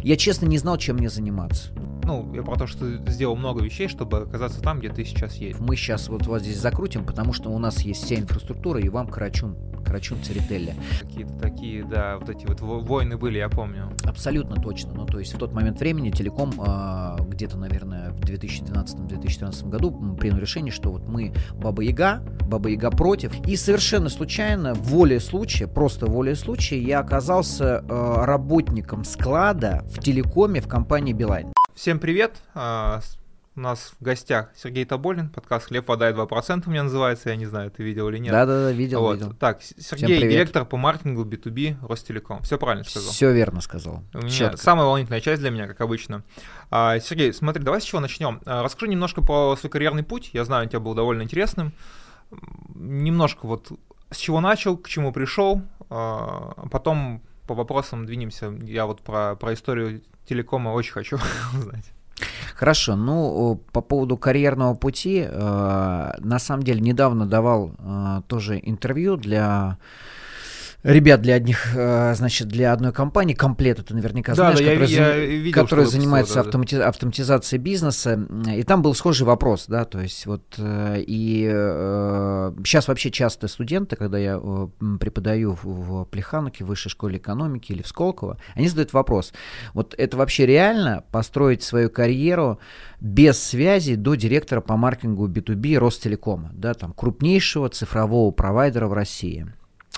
я честно не знал, чем мне заниматься. Ну, я про то, что ты сделал много вещей, чтобы оказаться там, где ты сейчас есть. Мы сейчас вот вас здесь закрутим, потому что у нас есть вся инфраструктура, и вам карачун Церетели. Какие-то такие, да, вот эти вот войны были, я помню. Абсолютно точно. Ну, то есть в тот момент времени Телеком где-то, наверное, в 2012-2014 году принял решение, что вот мы Баба-Яга против. И совершенно случайно, волей случая, просто волей случая, я оказался работником склада в Телекоме в компании Билайн. Всем привет! У нас в гостях Сергей Тоболин, подкаст «Хлеб, вода и 2% у меня называется, я не знаю, ты видел или нет. Да, видел, вот. видел. Так, Сергей, директор по маркетингу B2B Ростелеком. Все правильно сказал? Все верно сказал. У меня самая волнительная часть для меня, как обычно. Сергей, смотри, давай с чего начнем. Расскажи немножко про свой карьерный путь, я знаю, у тебя был довольно интересным. Немножко вот с чего начал, к чему пришел, потом по вопросам двинемся. Я вот про историю Телекома очень хочу узнать. Хорошо, ну, по поводу карьерного пути, на самом деле, недавно давал тоже интервью для ребят, для одной компании, Комплект, ты наверняка знаешь, которая занимается автоматизацией бизнеса, и там был схожий вопрос, да, то есть вот, и сейчас вообще часто студенты, когда я преподаю в Плехановке, в Высшей школе экономики или в Сколково, они задают вопрос, вот это вообще реально построить свою карьеру без связи до директора по маркетингу B2B Ростелекома, да, там, крупнейшего цифрового провайдера в России?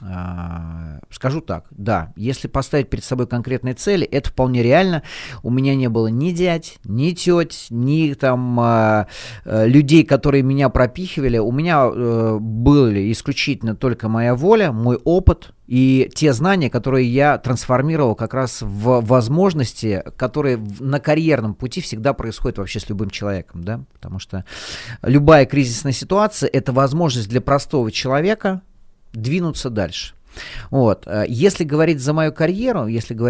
Скажу так, да, если поставить перед собой конкретные цели, это вполне реально. У меня не было ни дядь, ни теть, ни там людей, которые меня пропихивали. У меня были исключительно только моя воля, мой опыт и те знания, которые я трансформировал как раз в возможности, которые на карьерном пути всегда происходят вообще с любым человеком, да, потому что любая кризисная ситуация – это возможность для простого человека двинуться дальше. Вот. Если говорить за мою карьеру,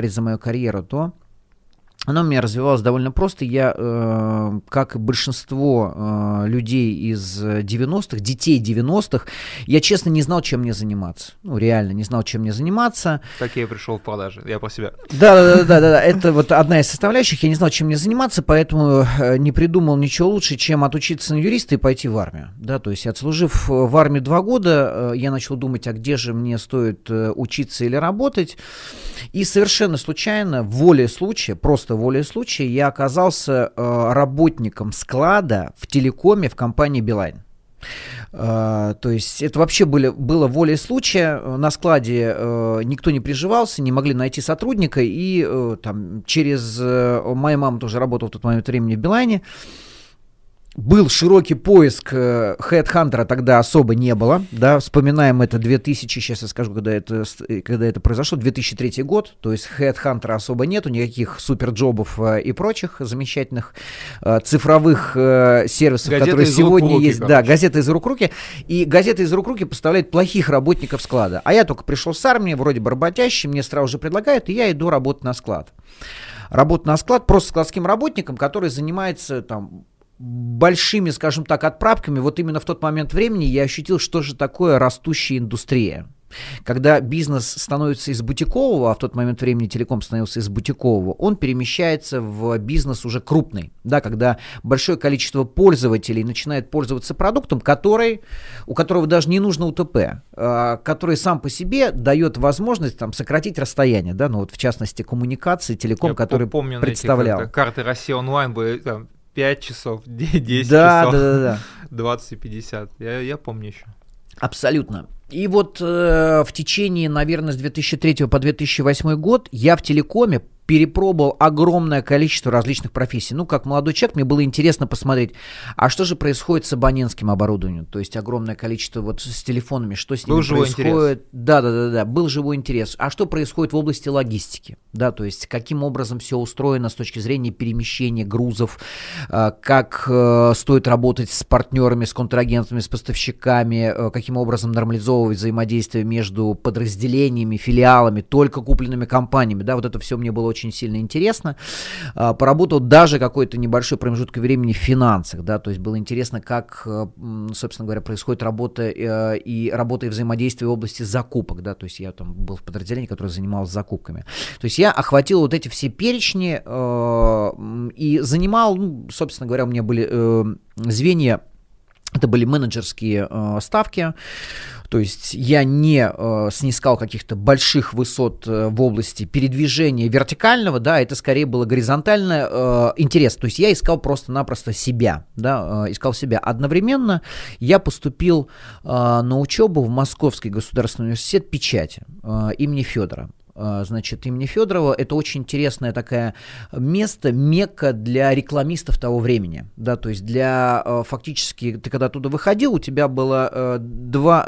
то она у меня развивалась довольно просто. Я, как и большинство людей из 90-х, детей 90-х, я честно не знал, чем мне заниматься. Ну, реально не знал, чем мне заниматься. Так я и пришел в продажи, я про себя. Да. Это вот одна из составляющих. Я не знал, чем мне заниматься, поэтому не придумал ничего лучше, чем отучиться на юриста и пойти в армию. Да, то есть, отслужив в армии 2 года, я начал думать, а где же мне стоит учиться или работать. И совершенно случайно, волей случая, я оказался работником склада в Телекоме в компании Билайн. То есть это вообще было волей случая. На складе никто не приживался, не могли найти сотрудника. И там, моя мама тоже работала в тот момент времени в Билайне. Был широкий поиск, HeadHunter тогда особо не было, да, вспоминаем это 2000, сейчас я скажу, когда это произошло, 2003 год, то есть HeadHunter особо нету, никаких суперджобов и прочих замечательных цифровых сервисов, газета которые сегодня есть, короче. Да, газета из рук в руки, и газета из рук в руки поставляет плохих работников склада, а я только пришел с армии, вроде бы работящий, мне сразу же предлагают, и я иду работать на склад. Просто складским работником, который занимается там большими, скажем так, отправками. Вот именно в тот момент времени я ощутил, что же такое растущая индустрия. Когда бизнес становится из бутикового, а в тот момент времени Телеком становился из бутикового, он перемещается в бизнес уже крупный, да, когда большое количество пользователей начинает пользоваться продуктом, у которого даже не нужно УТП, который сам по себе дает возможность там, сократить расстояние, да, ну вот в частности коммуникации Телеком, который представлял. Эти карты России онлайн были там 5 часов, 10 часов, да. 20 и 50, я помню еще. Абсолютно. И вот в течение, наверное, с 2003 по 2008 год я в Телекоме перепробовал огромное количество различных профессий. Ну, как молодой человек, мне было интересно посмотреть, а что же происходит с абонентским оборудованием, то есть огромное количество вот с телефонами, что с ними происходит. Да, был живой интерес. А что происходит в области логистики, да, то есть каким образом все устроено с точки зрения перемещения грузов, как стоит работать с партнерами, с контрагентами, с поставщиками, каким образом нормализовывать взаимодействие между подразделениями, филиалами, только купленными компаниями, да, вот это все мне было очень очень сильно интересно. Поработал даже какой-то небольшой промежуток времени в финансах, да, то есть было интересно, как, собственно говоря, происходит работа и взаимодействие в области закупок, да, то есть я там был в подразделении, которое занималось закупками. То есть я охватил вот эти все перечни и занимал, собственно говоря, у меня были звенья, это были менеджерские ставки, то есть я не снискал каких-то больших высот в области передвижения вертикального, да, это скорее было горизонтальное интерес, то есть я искал просто-напросто себя, да, искал себя. Одновременно я поступил на учебу в Московский государственный университет печати имени Федора. Значит, имени Федорова. Это очень интересное такое место, мекка для рекламистов того времени, да, то есть для фактически, ты когда оттуда выходил, у тебя было два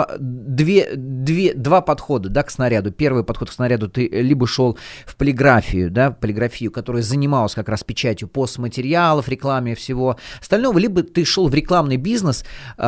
подхода, да, к снаряду. Первый подход к снаряду, ты либо шел в полиграфию, да, полиграфию, которая занималась как раз печатью постматериалов, рекламе всего остального, либо ты шел в рекламный бизнес,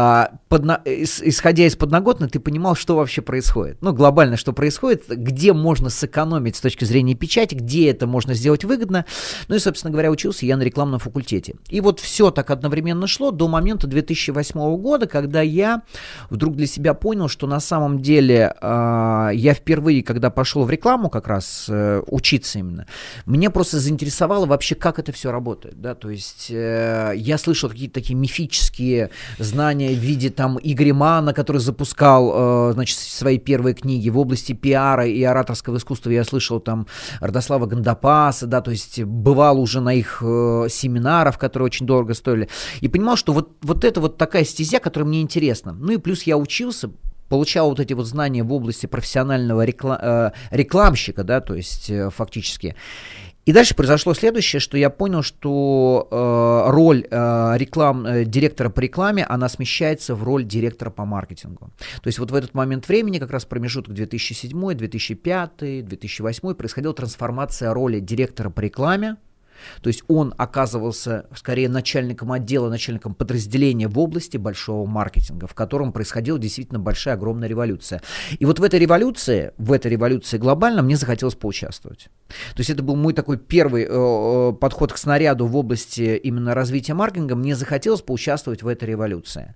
исходя из подноготной, ты понимал, что вообще происходит, ну, глобально, что происходит, где можно сэкономить с точки зрения печати, где это можно сделать выгодно. Ну и, собственно говоря, учился я на рекламном факультете. И вот все так одновременно шло до момента 2008 года, когда я вдруг для себя понял, что на самом деле я впервые, когда пошел в рекламу как раз учиться именно, мне просто заинтересовало вообще, как это все работает. Да? То есть я слышал какие-то такие мифические знания в виде там Игоря Манна, который запускал значит, свои первые книги в области пиара и ораторского искусства. Я слышал там Родослава Гандапаса, да, то есть бывал уже на их семинарах, которые очень дорого стоили, и понимал, что вот это вот такая стезя, которая мне интересна. Ну и плюс я учился, получал вот эти вот знания в области профессионального рекламщика, да, то есть фактически. И дальше произошло следующее, что я понял, что роль директора по рекламе, она смещается в роль директора по маркетингу. То есть вот в этот момент времени, как раз промежуток 2007, 2005, 2008, происходила трансформация роли директора по рекламе. То есть он оказывался скорее начальником отдела, начальником подразделения в области большого маркетинга, в котором происходила действительно большая, огромная революция. И вот в этой революции глобально мне захотелось поучаствовать. То есть это был мой такой первый подход к снаряду в области именно развития маркетинга. Мне захотелось поучаствовать в этой революции.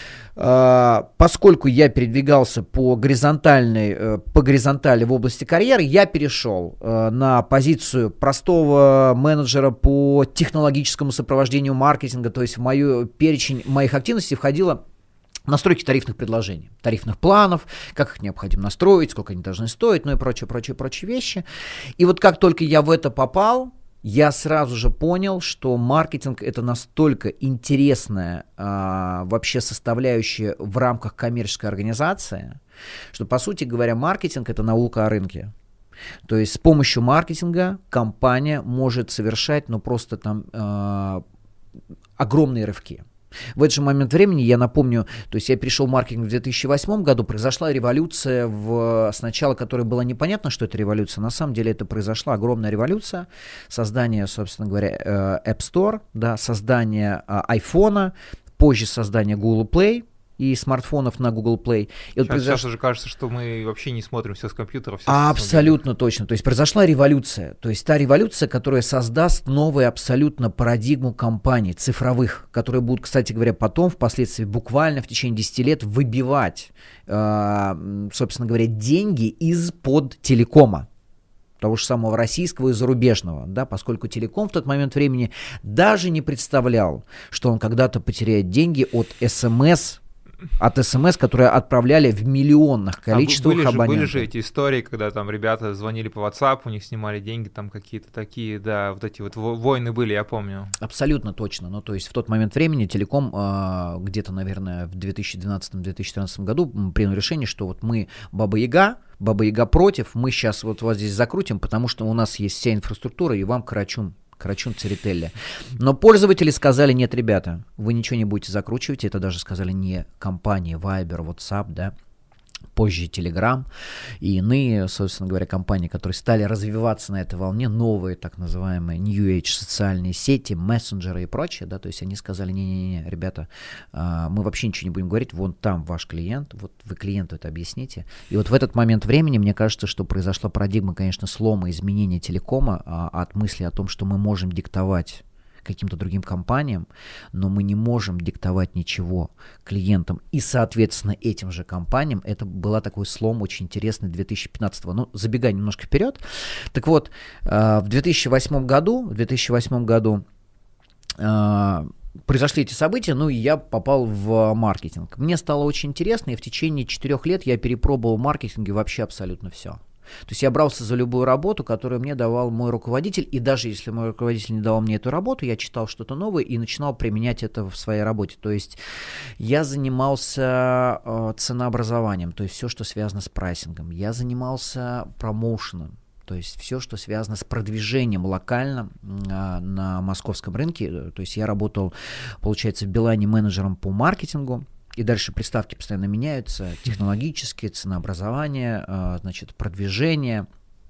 Поскольку я передвигался по горизонтали в области карьеры, я перешел на позицию простого менеджера по технологическому сопровождению маркетинга, то есть в мою перечень моих активностей входило настройки тарифных предложений, тарифных планов, как их необходимо настроить, сколько они должны стоить, ну и прочие вещи. И вот как только я в это попал, я сразу же понял, что маркетинг — это настолько интересная вообще составляющая в рамках коммерческой организации, что, по сути говоря, маркетинг — это наука о рынке. То есть с помощью маркетинга компания может совершать, ну, просто там огромные рывки. В этот же момент времени, я напомню, то есть я перешел в маркетинг в 2008 году, произошла революция, сначала которой было непонятно, что это революция, на самом деле это произошла огромная революция, создание, собственно говоря, App Store, да, создание iPhone, позже создание Google Play и смартфонов на Google Play. И сейчас уже кажется, что мы вообще не смотрим все с компьютера. Абсолютно точно. То есть произошла революция. То есть та революция, которая создаст новую абсолютно парадигму компаний цифровых, которые будут, кстати говоря, потом, впоследствии, буквально в течение 10 лет выбивать, собственно говоря, деньги из-под телекома. Того же самого российского и зарубежного, да, поскольку телеком в тот момент времени даже не представлял, что он когда-то потеряет деньги от СМС, которые отправляли в миллионных количествах абонентов. Были же эти истории, когда там ребята звонили по WhatsApp, у них снимали деньги, там какие-то такие, да, вот эти вот войны были, я помню. Абсолютно точно. Ну, то есть в тот момент времени телеком где-то, наверное, в 2012-2013 году принял решение, что вот мы Баба-Яга против, мы сейчас вот вас здесь закрутим, потому что у нас есть вся инфраструктура, и вам карачун Церетели. Но пользователи сказали: нет, ребята, вы ничего не будете закручивать. Это даже сказали не компании Viber, WhatsApp, да. позже Telegram и иные, собственно говоря, компании, которые стали развиваться на этой волне, новые так называемые New Age социальные сети, мессенджеры и прочее, да, то есть они сказали, не-не-не, ребята, мы вообще ничего не будем говорить, вон там ваш клиент, вот вы клиенту это объясните. И вот в этот момент времени, мне кажется, что произошла парадигма, конечно, слома, изменения телекома от мысли о том, что мы можем диктовать каким-то другим компаниям, но мы не можем диктовать ничего клиентам и, соответственно, этим же компаниям. Это был такой слом очень интересный 2015-го. Ну, забегая немножко вперед. Так вот, в 2008 году произошли эти события, ну и я попал в маркетинг. Мне стало очень интересно, и в течение 4 лет я перепробовал в маркетинге вообще абсолютно все. То есть я брался за любую работу, которую мне давал мой руководитель, и даже если мой руководитель не давал мне эту работу, я читал что-то новое и начинал применять это в своей работе. То есть я занимался ценообразованием, то есть все, что связано с прайсингом. Я занимался промоушеном, то есть все, что связано с продвижением локально на московском рынке. То есть я работал, получается, в Билайне менеджером по маркетингу. И дальше приставки постоянно меняются, технологические, ценообразование, значит, продвижение,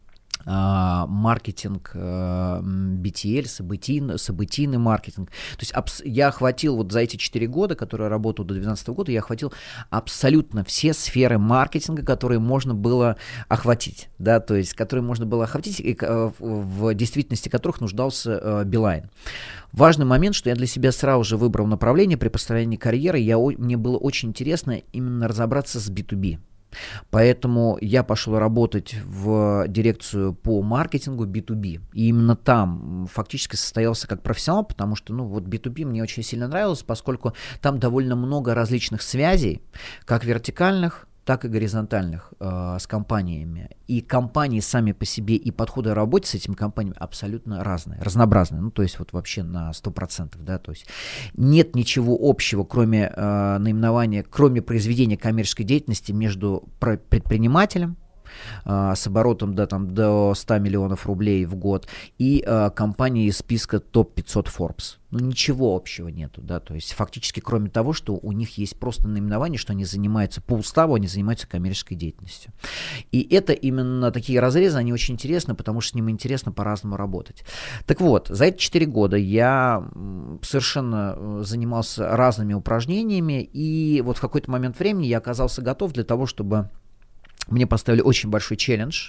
маркетинг, BTL, событийный маркетинг. То есть я охватил вот за эти 4 года, которые я работал до 2012 года, я охватил абсолютно все сферы маркетинга, которые можно было охватить, да, то есть которые можно было охватить, и в действительности которых нуждался Билайн. Важный момент, что я для себя сразу же выбрал направление при построении карьеры, мне было очень интересно именно разобраться с B2B. Поэтому я пошел работать в дирекцию по маркетингу B2B. И именно там фактически состоялся как профессионал, потому что, ну, вот B2B мне очень сильно нравилось, поскольку там довольно много различных связей, как вертикальных, так и горизонтальных с компаниями. И компании сами по себе и подходы к работе с этими компаниями абсолютно разные, разнообразные. Ну, то есть вот вообще на 100%, да, то есть нет ничего общего, кроме наименования, кроме произведения коммерческой деятельности между предпринимателем с оборотом до 100 миллионов рублей в год и компанией из списка топ-500 Forbes. Ну, ничего общего нету, да, то есть фактически кроме того, что у них есть просто наименование, что они занимаются по уставу, они занимаются коммерческой деятельностью. И это именно такие разрезы, они очень интересны, потому что с ними интересно по-разному работать. Так вот, за эти 4 года я совершенно занимался разными упражнениями, и вот в какой-то момент времени я оказался готов для того, чтобы мне поставили очень большой челлендж.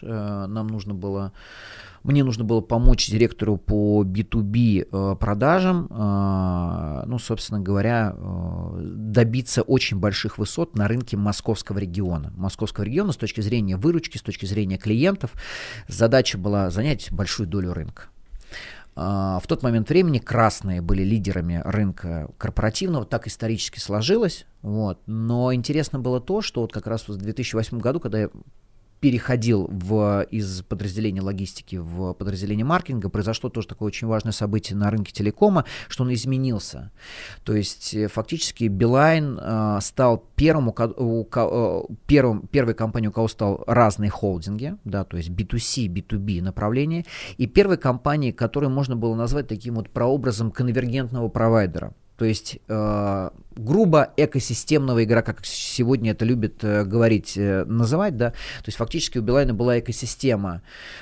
Мне нужно было помочь директору по B2B продажам, ну, собственно говоря, добиться очень больших высот на рынке московского региона. Московского региона с точки зрения выручки, с точки зрения клиентов. Задача была занять большую долю рынка. В тот момент времени красные были лидерами рынка корпоративного, так исторически сложилось. Вот. Но интересно было то, что вот как раз в 2008 году, когда я переходил из подразделения логистики в подразделение маркетинга, произошло тоже такое очень важное событие на рынке телекома, что он изменился. То есть фактически Билайн стал первой компанией, у кого стал разные холдинги, да, то есть B2C, B2B направления, и первой компанией, которую можно было назвать таким вот прообразом конвергентного провайдера. То есть, грубо, экосистемного игрока, как сегодня это любят говорить, называть, да, то есть фактически у Билайна была экосистема,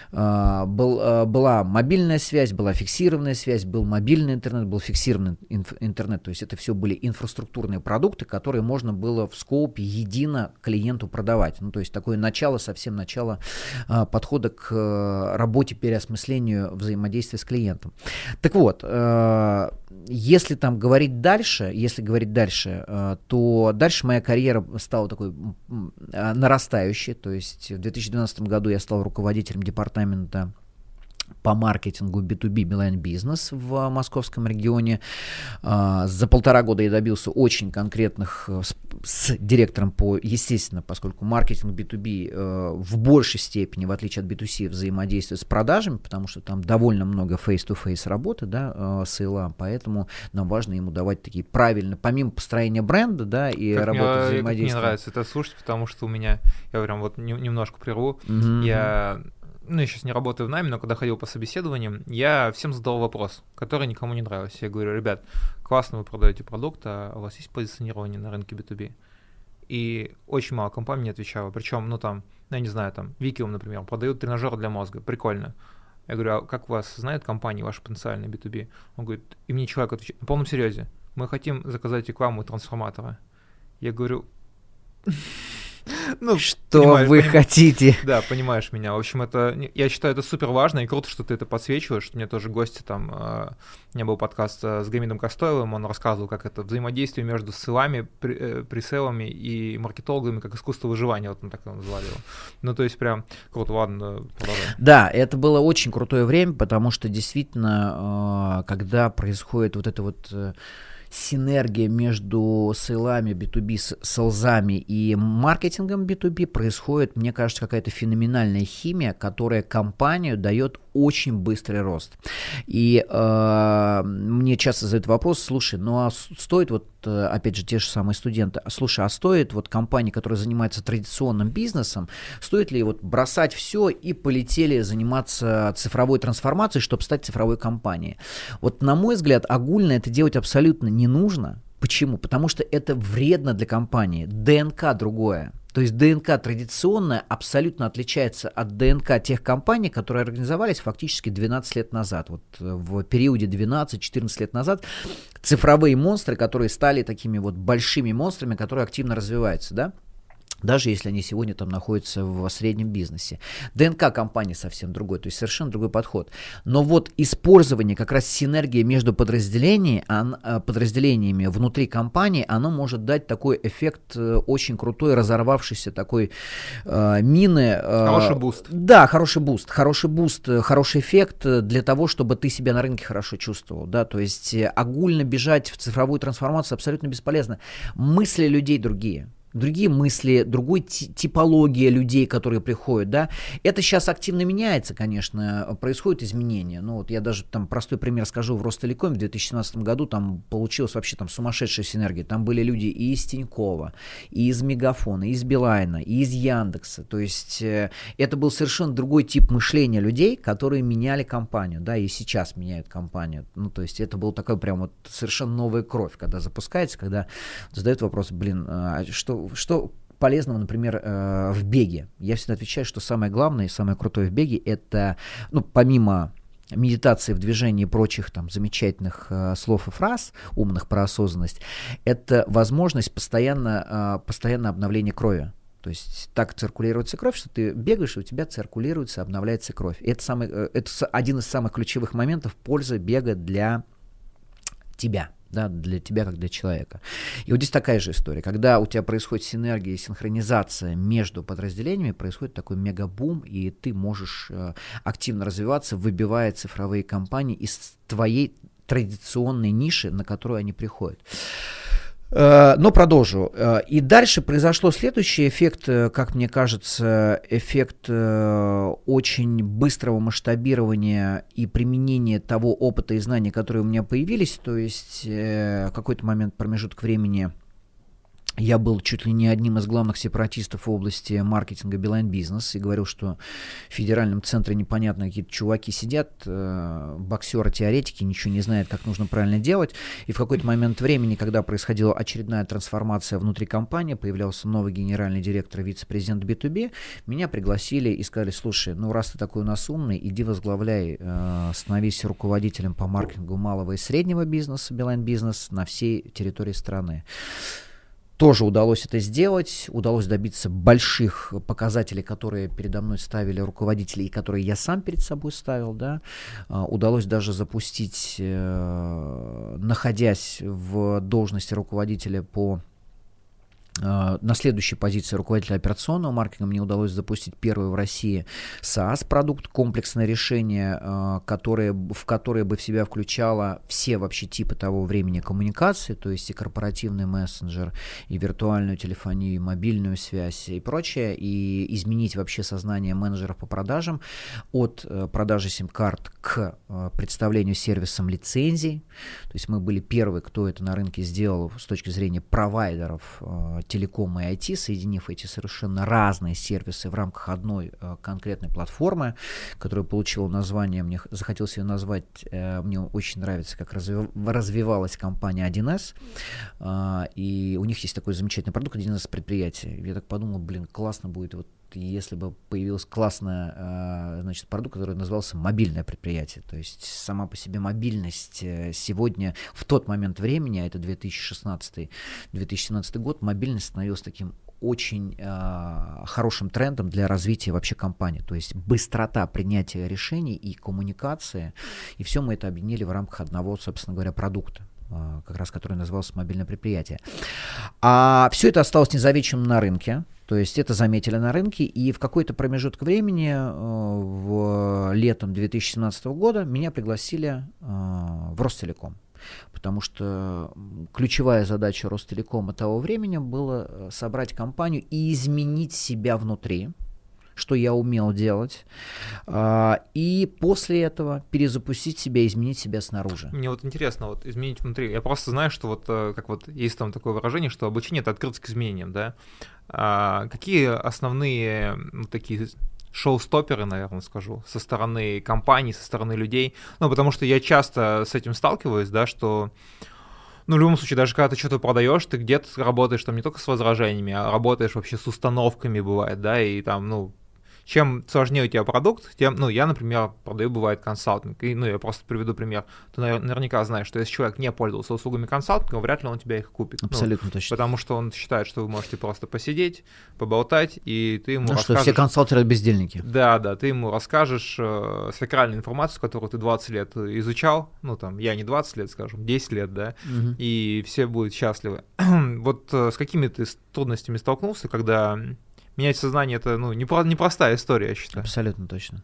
была мобильная связь, была фиксированная связь, был мобильный интернет, был фиксированный интернет, то есть это все были инфраструктурные продукты, которые можно было в скоупе едино клиенту продавать, ну, то есть такое начало, совсем начало подхода к работе, переосмыслению взаимодействия с клиентом. Так вот, если говорить дальше, то дальше моя карьера стала такой нарастающей. То есть в 2012 году я стал руководителем департамента по маркетингу B2B Билайн Бизнес в московском регионе. За 1,5 года я добился очень конкретных с директором естественно, поскольку маркетинг B2B в большей степени, в отличие от B2C, взаимодействует с продажами, потому что там довольно много face-to-face работы, да, сейла, поэтому нам важно ему давать такие правильные, помимо построения бренда, да, и работы взаимодействия. Мне нравится это слушать, потому что я прям вот немножко прерву, я сейчас не работаю в найме, но когда ходил по собеседованиям, я всем задал вопрос, который никому не нравился. Я говорю: ребят, классно вы продаете продукт, а у вас есть позиционирование на рынке B2B? и очень мало компаний мне отвечало. Причем, ну там, я не знаю, там, Викиум, например, продают тренажеры для мозга, прикольно. Я говорю, а как вас знают компании ваши потенциальные B2B? Он говорит, и мне человек отвечает, на полном серьезе, мы хотим заказать рекламу трансформатора. Я говорю... Ну, что вы хотите? Да, понимаешь меня. В общем, это, я считаю, это супер важно, и круто, что ты это подсвечиваешь. У меня тоже гости там, у меня был подкаст с Гамидом Костоевым, он рассказывал, как это взаимодействие между селами, пресейлами и маркетологами, как искусство выживания, вот он так его назвали его. Ну, то есть прям круто, ладно, продолжаем. Да, это было очень крутое время, потому что действительно, когда происходит вот это вот... синергия между сейлами B2B, селзами и маркетингом B2B происходит, мне кажется, какая-то феноменальная химия, которая компанию дает очень быстрый рост. И мне часто задают вопрос, слушай, ну а стоит вот, опять же, те же самые студенты, слушай, а стоит вот компании, которые занимаются традиционным бизнесом, стоит ли вот бросать все и полетели заниматься цифровой трансформацией, чтобы стать цифровой компанией? Вот на мой взгляд, огульно это делать абсолютно не нужно. Почему? Потому что это вредно для компании. ДНК другое. То есть ДНК традиционная абсолютно отличается от ДНК тех компаний, которые организовались фактически 12 лет назад. Вот в периоде 12-14 лет назад цифровые монстры, которые стали такими вот большими монстрами, которые активно развиваются, да? Даже если они сегодня там находятся в среднем бизнесе. ДНК компании совсем другой, то есть совершенно другой подход. Но вот использование, как раз синергии между подразделениями внутри компании, оно может дать такой эффект очень крутой, разорвавшейся такой мины. Хороший буст. Да, хороший буст, хороший эффект для того, чтобы ты себя на рынке хорошо чувствовал. Да? То есть огульно бежать в цифровую трансформацию абсолютно бесполезно. Мысли людей другие мысли, другой типология людей, которые приходят, да, это сейчас активно меняется, конечно, происходят изменения, ну вот я даже там простой пример скажу, в Ростелекоме в 2017 году там получилась вообще там сумасшедшая синергия, там были люди и из Тинькова, и из Мегафона, и из Билайна, и из Яндекса, то есть это был совершенно другой тип мышления людей, которые меняли компанию, да, и сейчас меняют компанию, ну то есть это был такой прям вот совершенно новая кровь, когда запускается, когда задают вопрос, блин, что полезного, например, в беге? Я всегда отвечаю, что самое главное и самое крутое в беге это, ну, помимо медитации в движении и прочих там замечательных слов и фраз, умных про осознанность, это возможность постоянно обновления крови. То есть так циркулируется кровь, что ты бегаешь, и у тебя циркулируется, обновляется кровь. И это один из самых ключевых моментов пользы бега для тебя. Да, для тебя, как для человека. И вот здесь такая же история. Когда у тебя происходит синергия и синхронизация между подразделениями, происходит такой мегабум, и ты можешь активно развиваться, выбивая цифровые компании из твоей традиционной ниши, на которую они приходят. Но продолжу. И дальше произошло следующий эффект, как мне кажется, эффект очень быстрого масштабирования и применения того опыта и знаний, которые у меня появились. То есть в какой-то момент, промежуток времени, я был чуть ли не одним из главных сепаратистов в области маркетинга Билайн Бизнес и говорил, что в федеральном центре непонятно какие-то чуваки сидят, боксеры-теоретики, ничего не знают, как нужно правильно делать. И в какой-то момент времени, когда происходила очередная трансформация внутри компании, появлялся новый генеральный директор, вице-президент B2B, меня пригласили и сказали, слушай, ну раз ты такой у нас умный, иди возглавляй, становись руководителем по маркетингу малого и среднего бизнеса, Билайн Бизнес, на всей территории страны. Тоже удалось это сделать, удалось добиться больших показателей, которые передо мной ставили руководители и которые я сам перед собой ставил, да. Удалось даже запустить, находясь в должности руководителя на следующей позиции руководителя операционного маркетинга, мне удалось запустить первый в России SaaS-продукт, комплексное решение, в которое бы в себя включало все вообще типы того времени коммуникации, то есть и корпоративный мессенджер, и виртуальную телефонию, и мобильную связь и прочее, и изменить вообще сознание менеджеров по продажам от продажи сим-карт к представлению сервисом лицензий. То есть мы были первые, кто это на рынке сделал с точки зрения провайдеров телекома и IT, соединив эти совершенно разные сервисы в рамках одной конкретной платформы, которая получила название, мне захотелось ее назвать, мне очень нравится, как развивалась компания 1С, и у них есть такой замечательный продукт 1С предприятие. Я так подумал, классно будет вот если бы появилась классная, значит, продукт, который назывался мобильное предприятие. То есть сама по себе мобильность сегодня, в тот момент времени, а это 2016-2017 год, мобильность становилась таким очень хорошим трендом для развития вообще компании. То есть быстрота принятия решений и коммуникации, и все мы это объединили в рамках одного, собственно говоря, продукта, как раз который назывался мобильное предприятие. А все это осталось незамеченным на рынке, то есть это заметили на рынке, и в какой-то промежуток времени, летом 2017 года, меня пригласили в Ростелеком, потому что ключевая задача Ростелекома того времени была собрать компанию и изменить себя внутри, что я умел делать, и после этого перезапустить себя, изменить себя снаружи. Мне вот интересно, вот изменить внутри. Я просто знаю, что вот как вот есть там такое выражение, что обучение — это открытость к изменениям, да? Какие основные такие шоу-стопперы, наверное, скажу, со стороны компаний, со стороны людей? Ну, потому что я часто с этим сталкиваюсь, да, что в любом случае, даже когда ты что-то продаешь, ты где-то работаешь там не только с возражениями, а работаешь вообще с установками, бывает, да, и там, чем сложнее у тебя продукт, тем, я, например, продаю, бывает, консалтинг, и, я просто приведу пример. Ты наверняка знаешь, что если человек не пользовался услугами консалтинга, вряд ли он тебя их купит. Абсолютно точно. Потому что он считает, что вы можете просто посидеть, поболтать, и ты ему расскажешь... что все консалтеры бездельники. Да, ты ему расскажешь сакральную информацию, которую ты 20 лет изучал, я не 20 лет, скажем, 10 лет, да, и все будут счастливы. Вот с какими ты трудностями столкнулся, когда... Менять сознание — это непростая история, я считаю. Абсолютно точно.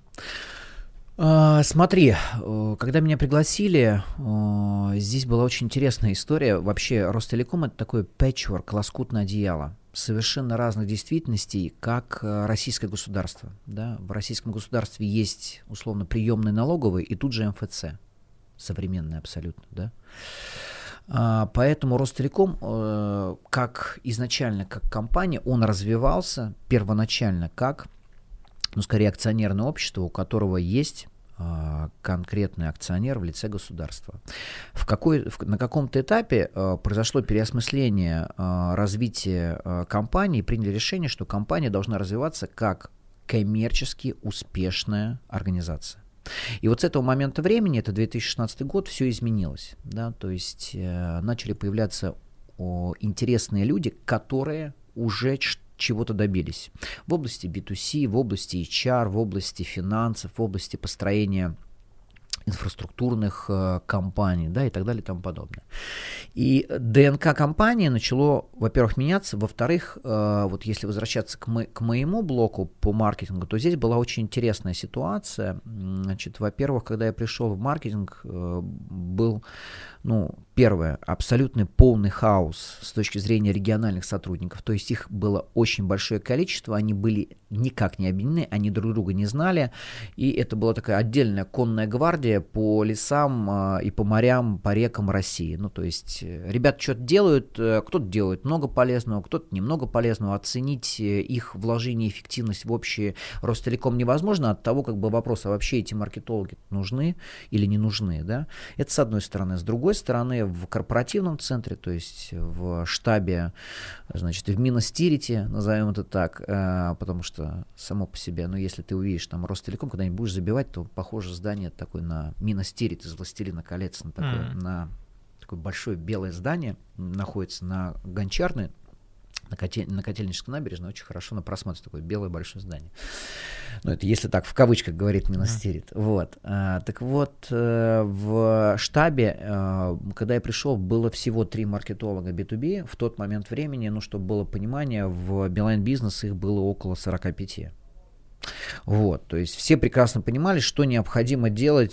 Смотри, когда меня пригласили, здесь была очень интересная история. Вообще, Ростелеком — это такой пэтчворк, лоскутное одеяло совершенно разных действительностей, как российское государство. Да? В российском государстве есть, условно, приемный налоговый и тут же МФЦ, современный абсолютно, да. Поэтому Ростелеком, как изначально, как компания, он развивался первоначально как, скорее, акционерное общество, у которого есть конкретный акционер в лице государства. На каком-то этапе произошло переосмысление развития компании, приняли решение, что компания должна развиваться как коммерчески успешная организация. И вот с этого момента времени, это 2016 год, все изменилось. Да? То есть начали появляться интересные люди, которые уже чего-то добились в области B2C, в области HR, в области финансов, в области построения инфраструктурных компаний, да, и так далее и тому подобное. И ДНК компании начало, во-первых, меняться, во-вторых, вот если возвращаться к моему блоку по маркетингу, то здесь была очень интересная ситуация. Значит, во-первых, когда я пришел в маркетинг, был, первое, абсолютный полный хаос с точки зрения региональных сотрудников, то есть их было очень большое количество, они были никак не объединены, они друг друга не знали, и это была такая отдельная конная гвардия по лесам и по морям, по рекам России. То есть ребята что-то делают, кто-то делает много полезного, кто-то немного полезного, оценить их вложение и эффективность в общий Ростелеком невозможно от того, вопрос, а вообще эти маркетологи нужны или не нужны, да? Это с одной стороны. С другой стороны, в корпоративном центре, то есть в штабе, значит, в Миностирите, назовем это так, потому что само по себе, если ты увидишь там Ростелеком, когда-нибудь будешь забивать, то похоже здание такое на Миностирит из «Властелина колец», на такое большое белое здание, находится на Гончарной, на Котельнической набережной, очень хорошо на просмотр, такое белое большое здание. Это если так в кавычках говорит Миностирит. Вот. Так вот, в штабе, когда я пришел, было всего 3 маркетолога B2B. В тот момент времени, чтобы было понимание, в Билайн Бизнес их было около 45. Вот, то есть все прекрасно понимали, что необходимо делать,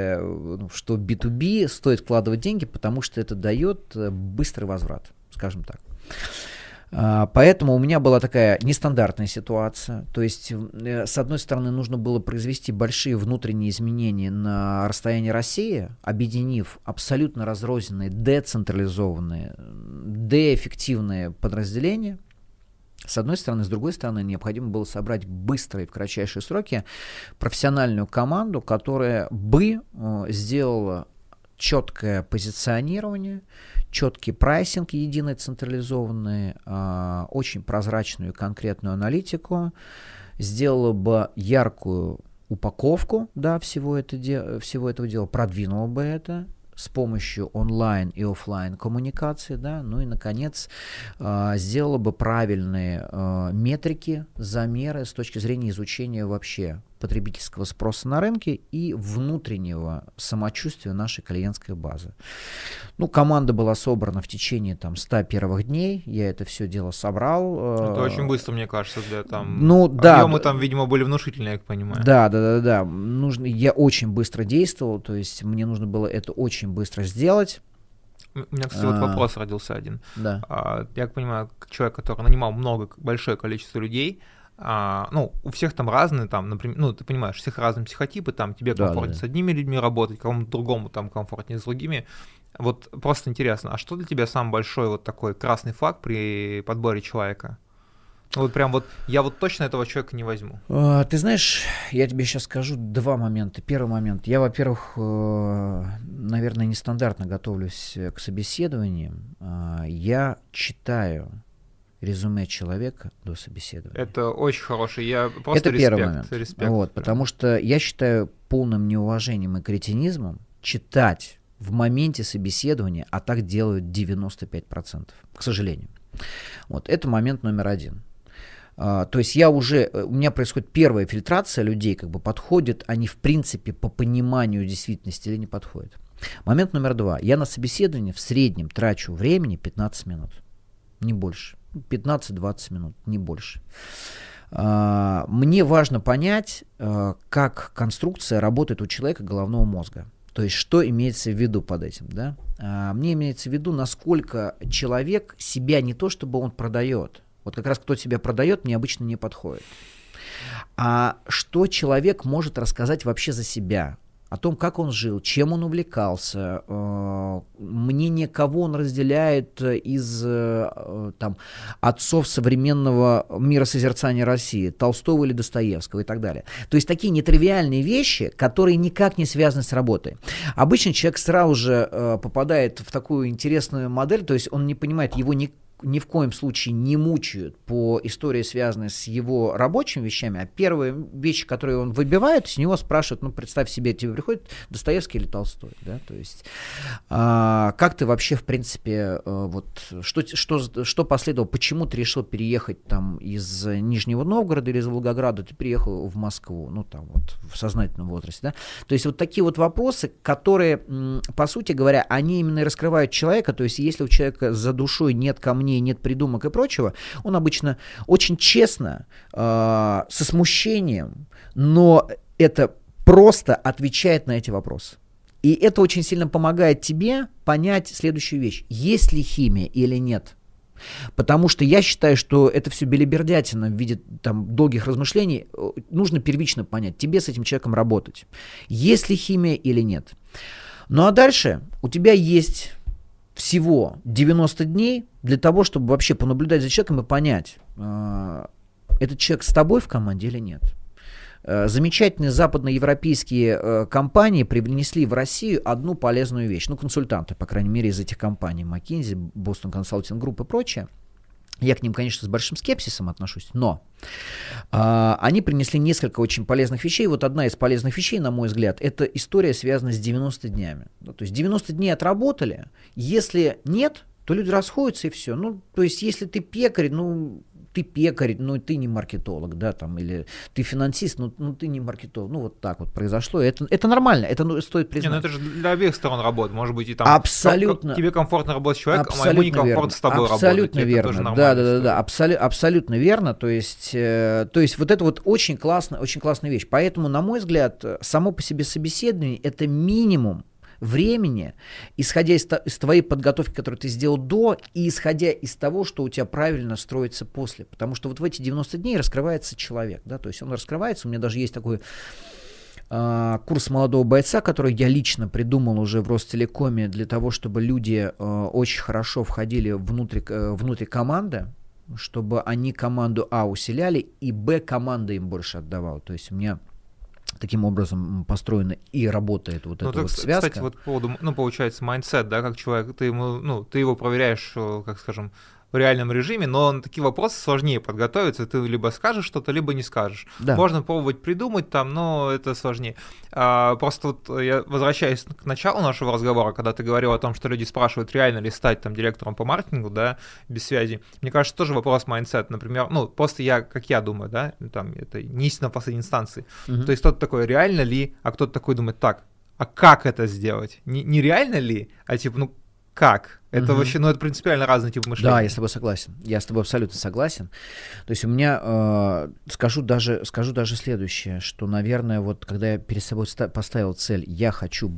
что B2B стоит вкладывать деньги, потому что это дает быстрый возврат, скажем так. Поэтому у меня была такая нестандартная ситуация. То есть, с одной стороны, нужно было произвести большие внутренние изменения на расстоянии России, объединив абсолютно разрозненные, децентрализованные, деэффективное подразделение, с одной стороны. С другой стороны, необходимо было собрать быстро и в кратчайшие сроки профессиональную команду, которая бы сделала четкое позиционирование, четкий прайсинг единый, централизованный, очень прозрачную и конкретную аналитику, сделала бы яркую упаковку, да, всего этого дела, продвинула бы это с помощью онлайн и офлайн коммуникации, да, ну и, наконец, сделала бы правильные метрики, замеры с точки зрения изучения вообще потребительского спроса на рынке и внутреннего самочувствия нашей клиентской базы. Ну, команда была собрана в течение 100 первых дней, я это все дело собрал. Это очень быстро, мне кажется, для объемы там, видимо, были внушительные, я так понимаю. Да. Я очень быстро действовал, то есть мне нужно было это очень быстро сделать. У меня, кстати, вот вопрос родился один. Да. Я так понимаю, человек, который нанимал большое количество людей, у всех там разные, например, ты понимаешь, у всех разные психотипы, тебе комфортнее с одними людьми работать, кому-то другому комфортнее с другими. Вот просто интересно, а что для тебя самый большой вот такой красный флаг при подборе человека? Вот прям вот я вот точно этого человека не возьму. Ты знаешь, я тебе сейчас скажу два момента. Первый момент. Я, во-первых, наверное, нестандартно готовлюсь к собеседованиям. Я читаю резюме человека до собеседования. Это очень хороший. Я просто это первый момент. Вот, потому что я считаю полным неуважением и кретинизмом читать в моменте собеседования, а так делают 95%, к сожалению. Вот, это момент номер один. То есть у меня происходит первая фильтрация людей, подходят они в принципе по пониманию действительности или не подходят. Момент номер два. Я на собеседовании в среднем трачу времени 15 минут, не больше. 15-20 минут, не больше. Мне важно понять, как конструкция работает у человека головного мозга. То есть, что имеется в виду под этим, да? Мне имеется в виду, насколько человек себя не то, чтобы он продает. Вот как раз кто себя продает, мне обычно не подходит. А что человек может рассказать вообще за себя? О том, как он жил, чем он увлекался, мнение кого он разделяет из отцов современного миросозерцания России, Толстого или Достоевского и так далее. То есть такие нетривиальные вещи, которые никак не связаны с работой. Обычно человек сразу же попадает в такую интересную модель, то есть он не понимает, его ни в коем случае не мучают по истории, связанной с его рабочими вещами, а первые вещи, которые он выбивает, с него спрашивают, представь себе, тебе приходит Достоевский или Толстой, да, то есть как ты вообще, в принципе, что последовало, почему ты решил переехать из Нижнего Новгорода или из Волгограда, ты приехал в Москву, в сознательном возрасте, да, то есть вот такие вот вопросы, которые, по сути говоря, они именно и раскрывают человека, то есть если у человека за душой нет камней, нет придумок и прочего, он обычно очень честно, со смущением, но это просто отвечает на эти вопросы. И это очень сильно помогает тебе понять следующую вещь. Есть ли химия или нет? Потому что я считаю, что это все белибердятина в виде долгих размышлений. Нужно первично понять, тебе с этим человеком работать. Есть ли химия или нет? Ну а дальше у тебя есть всего 90 дней для того, чтобы вообще понаблюдать за человеком и понять, этот человек с тобой в команде или нет. Замечательные западноевропейские компании привнесли в Россию одну полезную вещь. Консультанты, по крайней мере, из этих компаний. McKinsey, Boston Consulting Group и прочее. Я к ним, конечно, с большим скепсисом отношусь, но они принесли несколько очень полезных вещей. Вот одна из полезных вещей, на мой взгляд, это история, связанная с 90 днями. То есть 90 дней отработали, если нет, то люди расходятся и все. То есть если ты пекарь, ты пекарь, ты не маркетолог, да, или ты финансист, ты не маркетолог. Вот так вот произошло. Это нормально, это стоит признать. Это же для обеих сторон работы, может быть, и абсолютно, тебе комфортно работать с человеком, а ему некомфортно с тобой абсолютно работать. Верно. Да, абсолютно верно. То есть вот это вот очень классная вещь. Поэтому, на мой взгляд, само по себе собеседование — это минимум времени, исходя из твоей подготовки, которую ты сделал до, и исходя из того, что у тебя правильно строится после. Потому что вот в эти 90 дней раскрывается человек. Да? То есть он раскрывается. У меня даже есть такой курс молодого бойца, который я лично придумал уже в Ростелекоме для того, чтобы люди очень хорошо входили внутрь команды, чтобы они команду А усиляли, и Б команда им больше отдавала. То есть у меня таким образом построена и работает вот эта вот связка. Кстати, вот по поводу, получается, майндсет, да, как человек, ты его проверяешь, как скажем, в реальном режиме, но на такие вопросы сложнее подготовиться, ты либо скажешь что-то, либо не скажешь. Да. Можно пробовать придумать там, но это сложнее. Просто вот я возвращаюсь к началу нашего разговора, когда ты говорил о том, что люди спрашивают, реально ли стать там директором по маркетингу, да, без связи. Мне кажется, тоже вопрос майндсет, например, просто как я думаю, да, там это не истина в последней инстанции. То есть кто-то такой, реально ли, а кто-то такой думает, так, а как это сделать? Не реально ли, а типа, как? Это вообще, это принципиально разный тип мышления. Да, я с тобой согласен. Я с тобой абсолютно согласен. То есть у меня, скажу даже следующее, что, наверное, вот когда я перед собой поставил цель, я хочу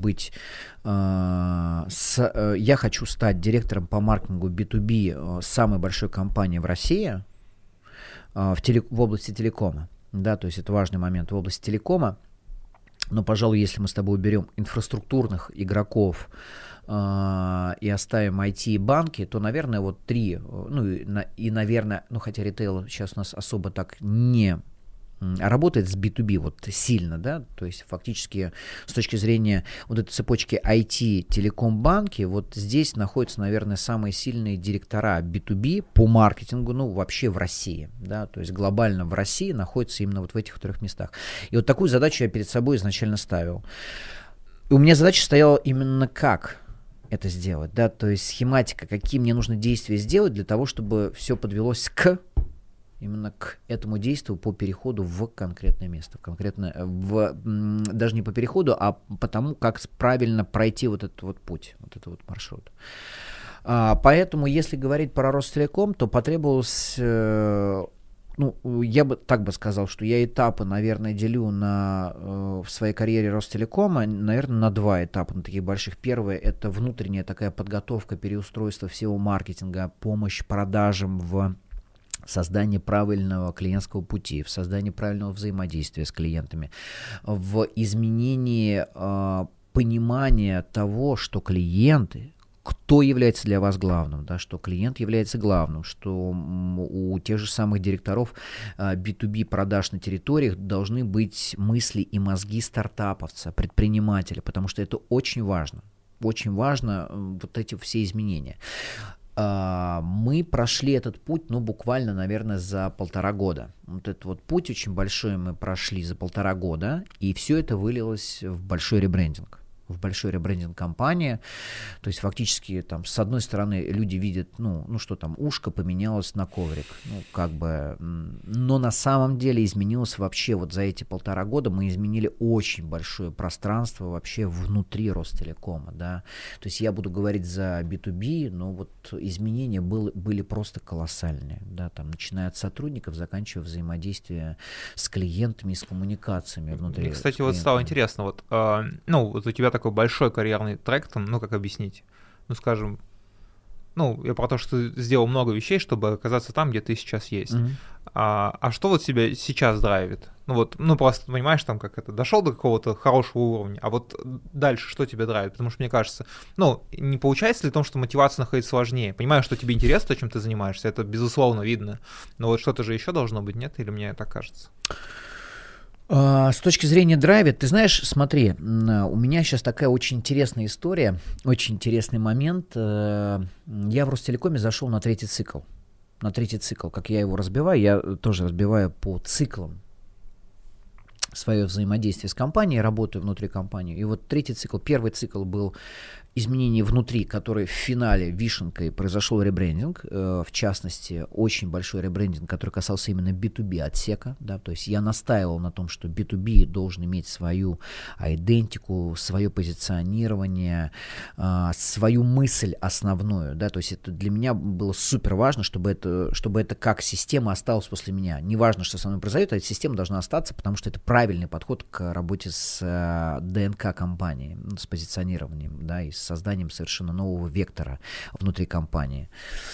стать директором по маркетингу B2B самой большой компании в России в области телекома. Да, то есть это важный момент в области телекома. Но, пожалуй, если мы с тобой уберем инфраструктурных игроков и оставим IT и банки, то, наверное, вот три, наверное, хотя ритейл сейчас у нас особо так не работает с B2B вот сильно, да, то есть фактически с точки зрения вот этой цепочки IT, телеком, банки, вот здесь находятся, наверное, самые сильные директора B2B по маркетингу, вообще в России, да, то есть глобально в России находятся именно вот в этих трех местах. И вот такую задачу я перед собой изначально ставил. И у меня задача стояла именно как это сделать, да, то есть схематика, какие мне нужно действия сделать для того, чтобы все подвелось именно к этому действию по переходу в конкретное место, даже не по переходу, а по тому, как правильно пройти вот этот вот путь, вот этот вот маршрут. Поэтому, если говорить про Ростелеком, то потребовалось, я бы так бы сказал, что я этапы, наверное, делю в своей карьере Ростелекома, наверное, на два этапа, на таких больших. Первое — это внутренняя такая подготовка, переустройство всего маркетинга, помощь продажам в создание правильного клиентского пути, в создании правильного взаимодействия с клиентами, в изменении понимания того, что клиенты, кто является для вас главным, да, что клиент является главным, что у тех же самых директоров B2B продаж на территориях должны быть мысли и мозги стартаповца, предпринимателя, потому что это очень важно вот эти все изменения. Мы прошли этот путь, буквально, наверное, за 1,5 года. Вот этот вот путь очень большой мы прошли за 1,5 года, и все это вылилось в большой ребрендинг. В большой ребрендинг компании. То есть фактически там с одной стороны люди видят, что там ушко поменялось на коврик. Но на самом деле изменилось вообще вот за эти 1,5 года мы изменили очень большое пространство вообще внутри Ростелекома, да. То есть я буду говорить за B2B, но вот изменения были просто колоссальные, да, там начиная от сотрудников, заканчивая взаимодействие с клиентами, с коммуникациями внутри. Мне, кстати, вот стало интересно, вот у тебя такой большой карьерный трек, как объяснить? Скажем, я про то, что ты сделал много вещей, чтобы оказаться там, где ты сейчас есть. А что вот тебя сейчас драйвит? Просто понимаешь, там, как это, дошел до какого-то хорошего уровня, а вот дальше что тебя драйвит? Потому что, мне кажется, не получается ли в том, что мотивация находится сложнее? Понимаю, что тебе интересно то, чем ты занимаешься, это, безусловно, видно, но вот что-то же еще должно быть, нет? Или мне так кажется? С точки зрения драйва, ты знаешь, смотри, у меня сейчас такая очень интересная история, очень интересный момент. Я в Ростелекоме зашел на третий цикл. Как я его разбиваю, я тоже разбиваю по циклам свое взаимодействие с компанией, работаю внутри компании. И вот третий цикл, первый цикл был изменение внутри, который в финале вишенкой произошел ребрендинг, в частности, очень большой ребрендинг, который касался именно B2B отсека, да, то есть я настаивал на том, что B2B должен иметь свою идентику, свое позиционирование, свою мысль основную, да, то есть это для меня было супер важно, чтобы это как система осталась после меня. Не важно, что со мной произойдет, эта система должна остаться, потому что это правильный подход к работе с ДНК компании, с позиционированием, да, и с созданием совершенно нового вектора внутри компании.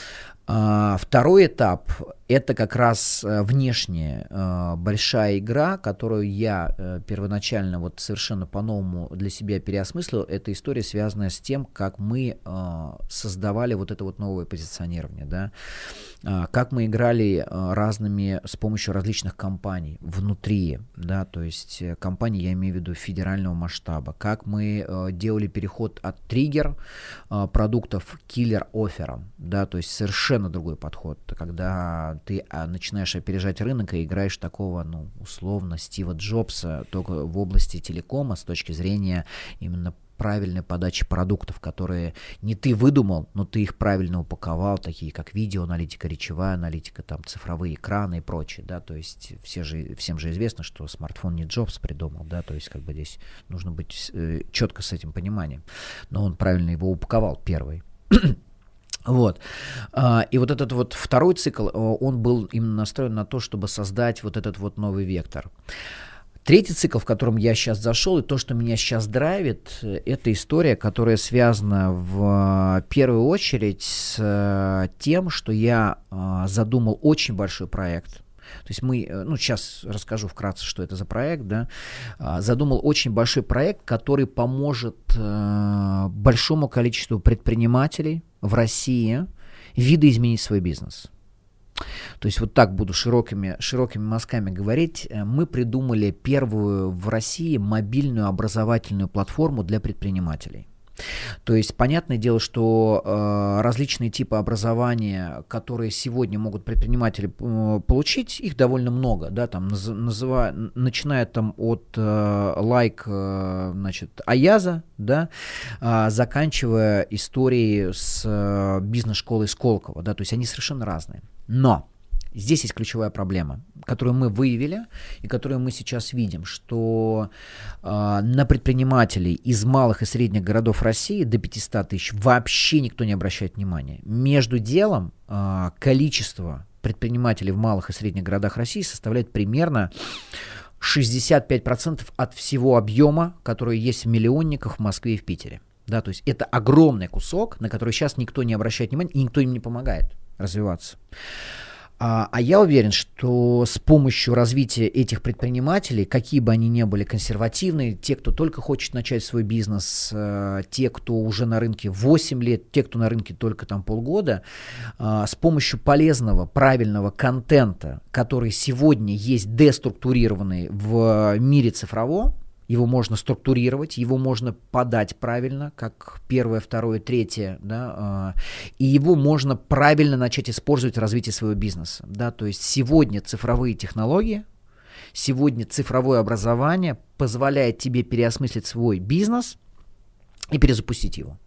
Второй этап — это как раз внешняя большая игра, которую я первоначально вот совершенно по-новому для себя переосмыслил. Это история, связанная с тем, как мы создавали вот это вот новое позиционирование, да? Как мы играли с помощью различных компаний внутри, да, то есть компаний, я имею в виду федерального масштаба, как мы делали переход от триггер продуктов к киллер-офферам, да, то есть совершенно другой подход, когда ты начинаешь опережать рынок и играешь такого, ну, условно, Стива Джобса, только в области телекома с точки зрения именно правильной подачи продуктов, которые не ты выдумал, но ты их правильно упаковал, такие как видеоаналитика, речевая аналитика, там цифровые экраны и прочее, да, то есть всем же известно, что смартфон не Джобс придумал, да, то есть как бы здесь нужно быть четко с этим пониманием, но он правильно его упаковал первый. Вот. И вот этот вот второй цикл, он был именно настроен на то, чтобы создать вот этот вот новый вектор. Третий цикл, в котором я сейчас зашел, и то, что меня сейчас драйвит, это история, которая связана в первую очередь с тем, что я задумал очень большой проект. То есть сейчас расскажу вкратце, что это за проект, да. Задумал очень большой проект, который поможет большому количеству предпринимателей в России видоизменить свой бизнес. То есть вот так буду широкими мазками говорить. Мы придумали первую в России мобильную образовательную платформу для предпринимателей. То есть понятное дело, что различные типы образования, которые сегодня могут предприниматели получить, их довольно много, да, там начиная там от Аяза, да, заканчивая историей с бизнес-школой Сколково, да, то есть они совершенно разные. Но здесь есть ключевая проблема, которую мы выявили и которую мы сейчас видим, что на предпринимателей из малых и средних городов России до 500 тысяч вообще никто не обращает внимания. Между делом количество предпринимателей в малых и средних городах России составляет примерно 65% от всего объема, который есть в миллионниках в Москве и в Питере. Да, то есть это огромный кусок, на который сейчас никто не обращает внимания и никто им не помогает развиваться. А я уверен, что с помощью развития этих предпринимателей, какие бы они ни были консервативные, те, кто только хочет начать свой бизнес, те, кто уже на рынке 8 лет, те, кто на рынке только там полгода, с помощью полезного, правильного контента, который сегодня есть деструктурированный в мире цифровом, его можно структурировать, его можно подать правильно, как первое, второе, третье, да, и его можно правильно начать использовать в развитии своего бизнеса. Да, то есть сегодня цифровые технологии, сегодня цифровое образование позволяет тебе переосмыслить свой бизнес и перезапустить его.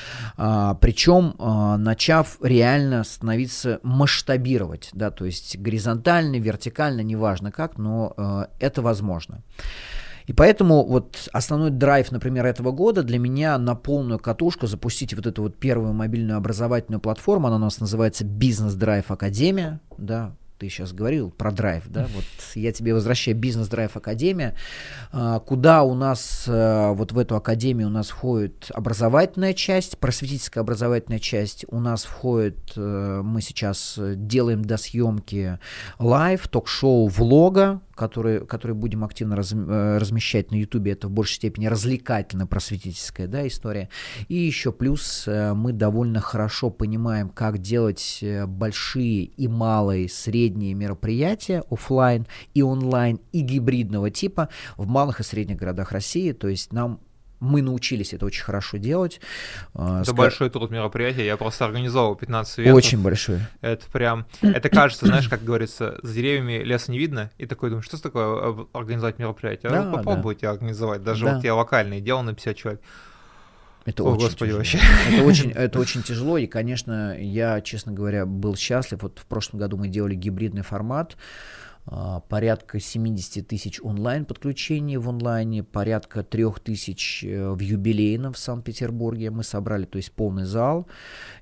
Причем начав реально становиться масштабировать, да, то есть горизонтально, вертикально, неважно как, но это возможно. И поэтому вот основной драйв, например, этого года для меня на полную катушку запустить вот эту вот первую мобильную образовательную платформу, она у нас называется Business Drive Академия, да, ты сейчас говорил про драйв, да, вот я тебе возвращаю Business Drive Академия, куда у нас, вот в эту академию у нас входит образовательная часть, просветительская образовательная часть, у нас входит, мы сейчас делаем досъемки лайв, ток-шоу, влога, которые будем активно размещать на YouTube, это в большей степени развлекательно-просветительская, да, история. И еще плюс мы довольно хорошо понимаем, как делать большие и малые, средние мероприятия офлайн и онлайн и гибридного типа в малых и средних городах России. То есть мы научились это очень хорошо делать. Это большой труд мероприятия. Я просто организовал 15 ивентов. Очень большой. Это прям... Это кажется, знаешь, как говорится, за деревьями леса не видно. И такой думаешь, что такое организовать мероприятие? Да, попробуйте организовать. Даже вот я локальные делал на 50 человек. Это О, очень Господи, тяжело. вообще. Это очень тяжело. И, конечно, я, честно говоря, был счастлив. Вот в прошлом году мы делали гибридный формат. Порядка 70 тысяч онлайн-подключений в онлайне, порядка 3 тысяч в юбилейном в Санкт-Петербурге мы собрали, то есть полный зал.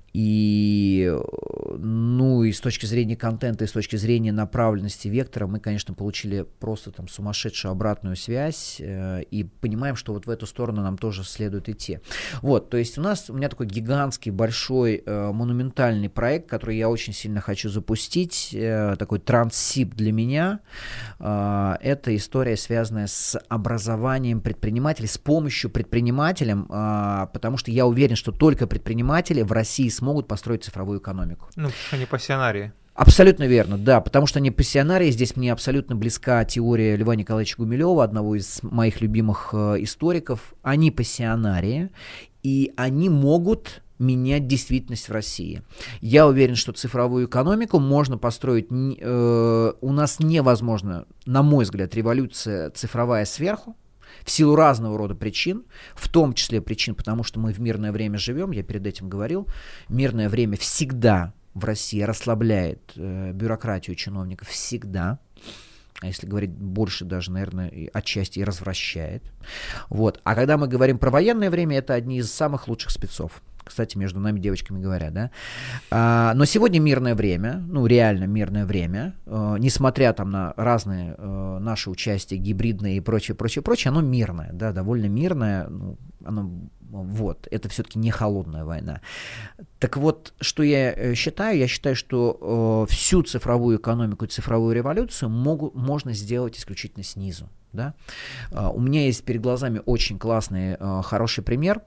И, ну, и с точки зрения контента, и с точки зрения направленности вектора мы, конечно, получили просто там сумасшедшую обратную связь и понимаем, что вот в эту сторону нам тоже следует идти. Вот, то есть у меня такой гигантский, большой, монументальный проект, который я очень сильно хочу запустить, такой транссип для меня. Это история, связанная с образованием предпринимателей, с помощью предпринимателям, потому что я уверен, что только предприниматели в России смогут построить цифровую экономику. Ну, потому что они пассионарии. Абсолютно верно, да, потому что они пассионарии. Здесь мне абсолютно близка теория Льва Николаевича Гумилева, одного из моих любимых историков. Они пассионарии, и они могут менять действительность в России. Я уверен, что цифровую экономику можно построить. У нас невозможно, на мой взгляд, революция цифровая сверху, в силу разного рода причин, в том числе причин, потому что мы в мирное время живем, я перед этим говорил, мирное время всегда в России расслабляет бюрократию чиновников, всегда, а если говорить больше даже, наверное, отчасти и развращает. Вот. А когда мы говорим про военное время, это одни из самых лучших спецов. Кстати, между нами девочками говоря, да. Но сегодня мирное время, ну реально мирное время, несмотря там на разные наши участия, гибридные и прочее, оно мирное, да, довольно мирное, ну, оно, вот, это все-таки не холодная война. Так вот, что я считаю? Я считаю, что всю цифровую экономику и цифровую революцию можно сделать исключительно снизу, да. У меня есть перед глазами очень классный, хороший пример,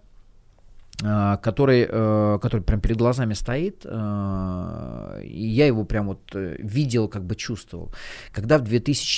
который прям перед глазами стоит, и я его прям вот видел, как бы чувствовал. Когда в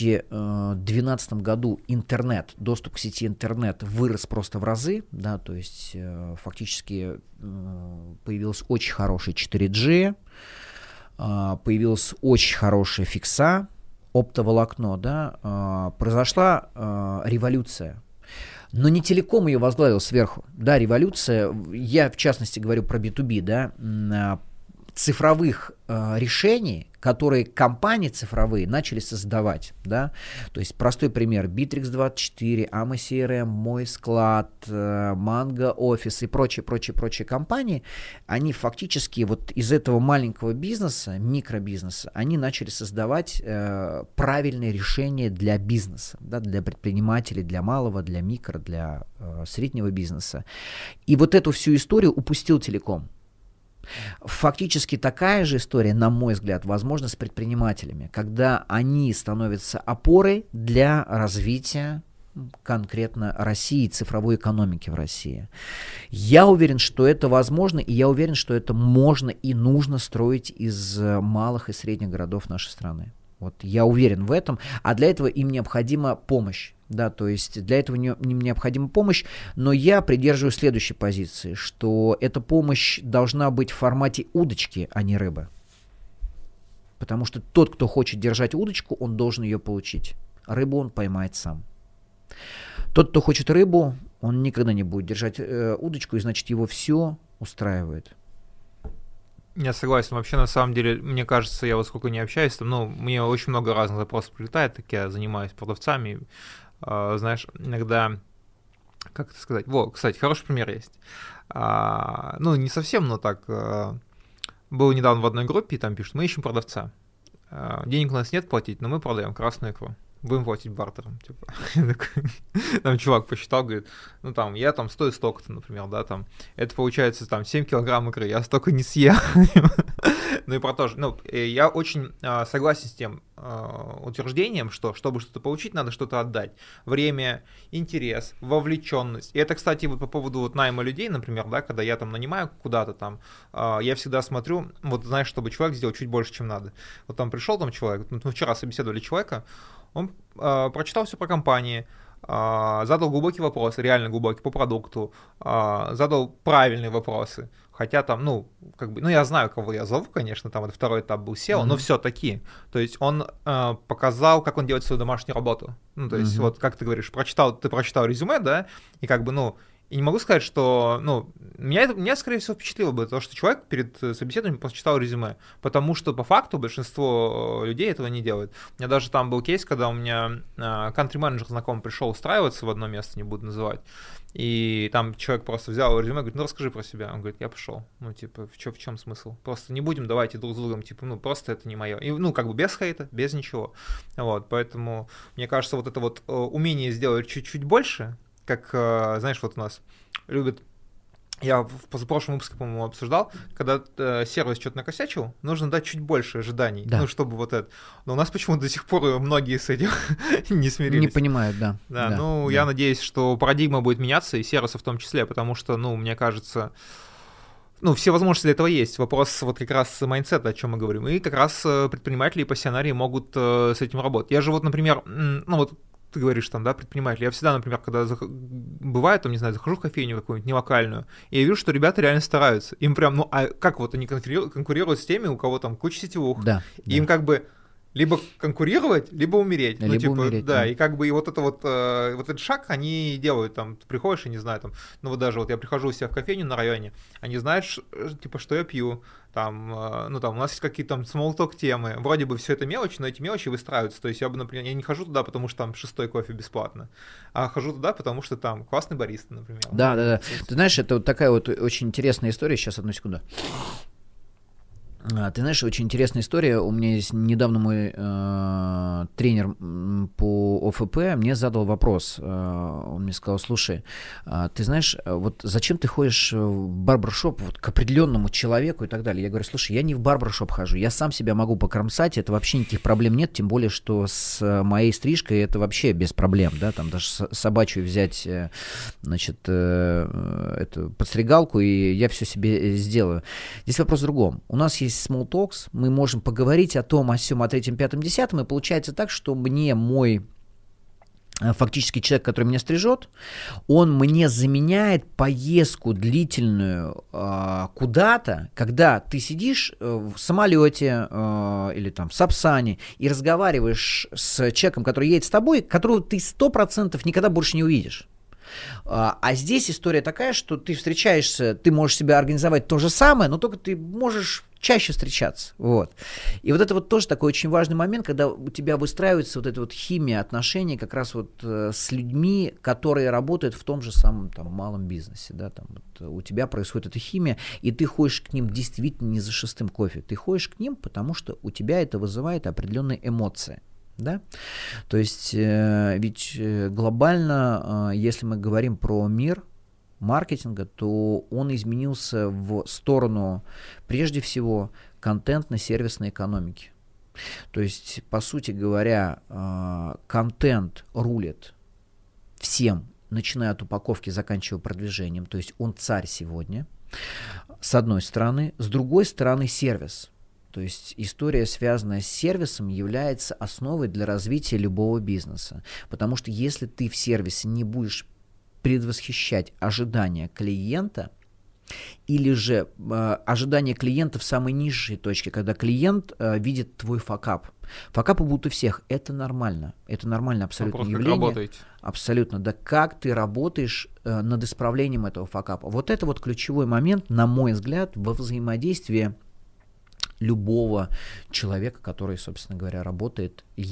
2012 году доступ к сети интернет вырос просто в разы, да, то есть фактически появился очень хороший 4G, появилась очень хорошая фикса, оптоволокно, да, произошла революция. Но не телеком ее возглавил сверху. Да, революция, я в частности говорю про B2B, да, цифровых решений, которые компании цифровые начали создавать, да, то есть простой пример, Bittrex24, AMA CRM, Мой склад, Mango Office и прочие компании, они фактически вот из этого маленького бизнеса, микробизнеса, они начали создавать правильные решения для бизнеса, да, для предпринимателей, для малого, для микро, для среднего бизнеса. И вот эту всю историю упустил телеком. Фактически такая же история, на мой взгляд, возможна с предпринимателями, когда они становятся опорой для развития конкретно России, цифровой экономики в России. Я уверен, что это возможно, и я уверен, что это можно и нужно строить из малых и средних городов нашей страны. Вот я уверен в этом, а для этого им необходима помощь. Да, то есть для этого им необходима помощь, но я придерживаюсь следующей позиции, что эта помощь должна быть в формате удочки, а не рыбы. Потому что тот, кто хочет держать удочку, он должен ее получить. Рыбу он поймает сам. Тот, кто хочет рыбу, он никогда не будет держать удочку, и значит его все устраивает. Я согласен. Вообще, на самом деле, мне кажется, я вот сколько не общаюсь, там, ну, мне очень много разных запросов прилетает, так я занимаюсь продавцами. Знаешь, иногда, как это сказать? Кстати, хороший пример есть. Ну, не совсем, но так. Был недавно в одной группе, и там пишут, мы ищем продавца. Денег у нас нет платить, но мы продаем красную икру. Будем платить бартером, типа. Там чувак посчитал, говорит, ну там, я там стою столько-то, например, да, там, это получается там 7 килограмм икры, я столько не съел. Ну и про то же, ну, я очень согласен с тем утверждением, что, чтобы что-то получить, надо что-то отдать. Время, интерес, вовлеченность. И это, кстати, вот по поводу вот найма людей, например, да, когда я там нанимаю куда-то там, я всегда смотрю, вот знаешь, чтобы человек сделал чуть больше, чем надо. Вот там пришел там человек, мы вчера собеседовали человека, он прочитал все про компании, задал глубокий вопрос, реально глубокий по продукту, задал правильные вопросы. Хотя там, ну, как бы, ну, я знаю, кого я зову, конечно, там это второй этап был SEO, но все-таки. То есть он показал, как он делает свою домашнюю работу. Ну, то есть вот, как ты говоришь, ты прочитал резюме, да, и как бы, ну, И не могу сказать, что, меня, скорее всего, впечатлило бы то, что человек перед собеседованием прочитал резюме, потому что, по факту, большинство людей этого не делает. У меня даже там был кейс, когда у меня кантри-менеджер знакомый пришел устраиваться в одно место, не буду называть, и там человек просто взял резюме и говорит, расскажи про себя. Он говорит, я пошел. В чем смысл? Просто не будем, давайте друг с другом, просто это не мое. И, без хейта, без ничего. Вот, поэтому, мне кажется, вот это вот умение сделать чуть-чуть больше, как, знаешь, вот у нас любят, я в позапрошлом выпуске, по-моему, обсуждал, когда сервис что-то накосячил, нужно дать чуть больше ожиданий, чтобы вот это. Но у нас почему-то до сих пор многие с этим не смирились. Не понимают, да. Я надеюсь, что парадигма будет меняться, и сервисы в том числе, потому что, мне кажется, все возможности для этого есть. Вопрос вот как раз майндсета, о чем мы говорим. И как раз предприниматели и пассионарии могут с этим работать. Я же вот, например, ты говоришь там, да, предприниматель. Я всегда, например, когда бывает, там, не знаю, захожу в кофейню какую-нибудь, не локальную, и я вижу, что ребята реально стараются. Им прям, а как вот они конкурируют с теми, у кого там куча сетевых. Да. Им как бы либо конкурировать, либо умереть. Умереть, да, и как бы и вот это вот этот шаг они делают, там, ты приходишь, и не знаю, там, даже вот я прихожу у себя в кофейню на районе, они знают, что я пью, там, у нас есть какие-то там small talk темы, вроде бы все это мелочи, но эти мелочи выстраиваются, то есть я бы, например, я не хожу туда, потому что там 6-й кофе бесплатно, а хожу туда, потому что там классный бариста, например. Да. Ты знаешь, это вот такая вот очень интересная история, сейчас, одну секунду. Ты знаешь, очень интересная история. У меня есть недавно мой тренер по ОФП мне задал вопрос. Он мне сказал, слушай, ты знаешь, вот зачем ты ходишь в барбершоп вот к определенному человеку и так далее? Я говорю, слушай, я не в барбершоп хожу, я сам себя могу покромсать, это вообще никаких проблем нет, тем более, что с моей стрижкой это вообще без проблем, да, там даже собачью взять, значит, эту подстригалку, и я все себе сделаю. Здесь вопрос в другом. У нас есть small talks, мы можем поговорить о том, о сём, о третьем, пятом, десятом, и получается так, что мне мой фактически человек, который меня стрижет, он мне заменяет поездку длительную куда-то, когда ты сидишь в самолете или там в Сапсане и разговариваешь с человеком, который едет с тобой, которого ты 100% никогда больше не увидишь. А здесь история такая, что ты встречаешься, ты можешь себе организовать то же самое, но только ты можешь чаще встречаться. Вот. И вот это вот тоже такой очень важный момент, когда у тебя выстраивается вот эта вот химия отношений как раз вот с людьми, которые работают в том же самом там малом бизнесе. Да, там, вот, у тебя происходит эта химия, и ты ходишь к ним действительно не за 6-м кофе. Ты ходишь к ним, потому что у тебя это вызывает определенные эмоции. Да? То есть ведь глобально, если мы говорим про мир маркетинга, то он изменился в сторону, прежде всего, контентно-сервисной экономики. То есть, по сути говоря, контент рулит всем, начиная от упаковки, заканчивая продвижением. То есть он царь сегодня, с одной стороны. С другой стороны, сервис. То есть история, связанная с сервисом, является основой для развития любого бизнеса. Потому что если ты в сервисе не будешь предвосхищать ожидания клиента, или же ожидания клиента в самой низшей точке, когда клиент видит твой факап. Факапы будут у всех. Это нормально. Это нормальное абсолютно явление. Как работаете? Абсолютно. Да как ты работаешь над исправлением этого факапа. Вот это вот ключевой момент, на мой взгляд, во взаимодействии любого человека, который, собственно говоря, работает и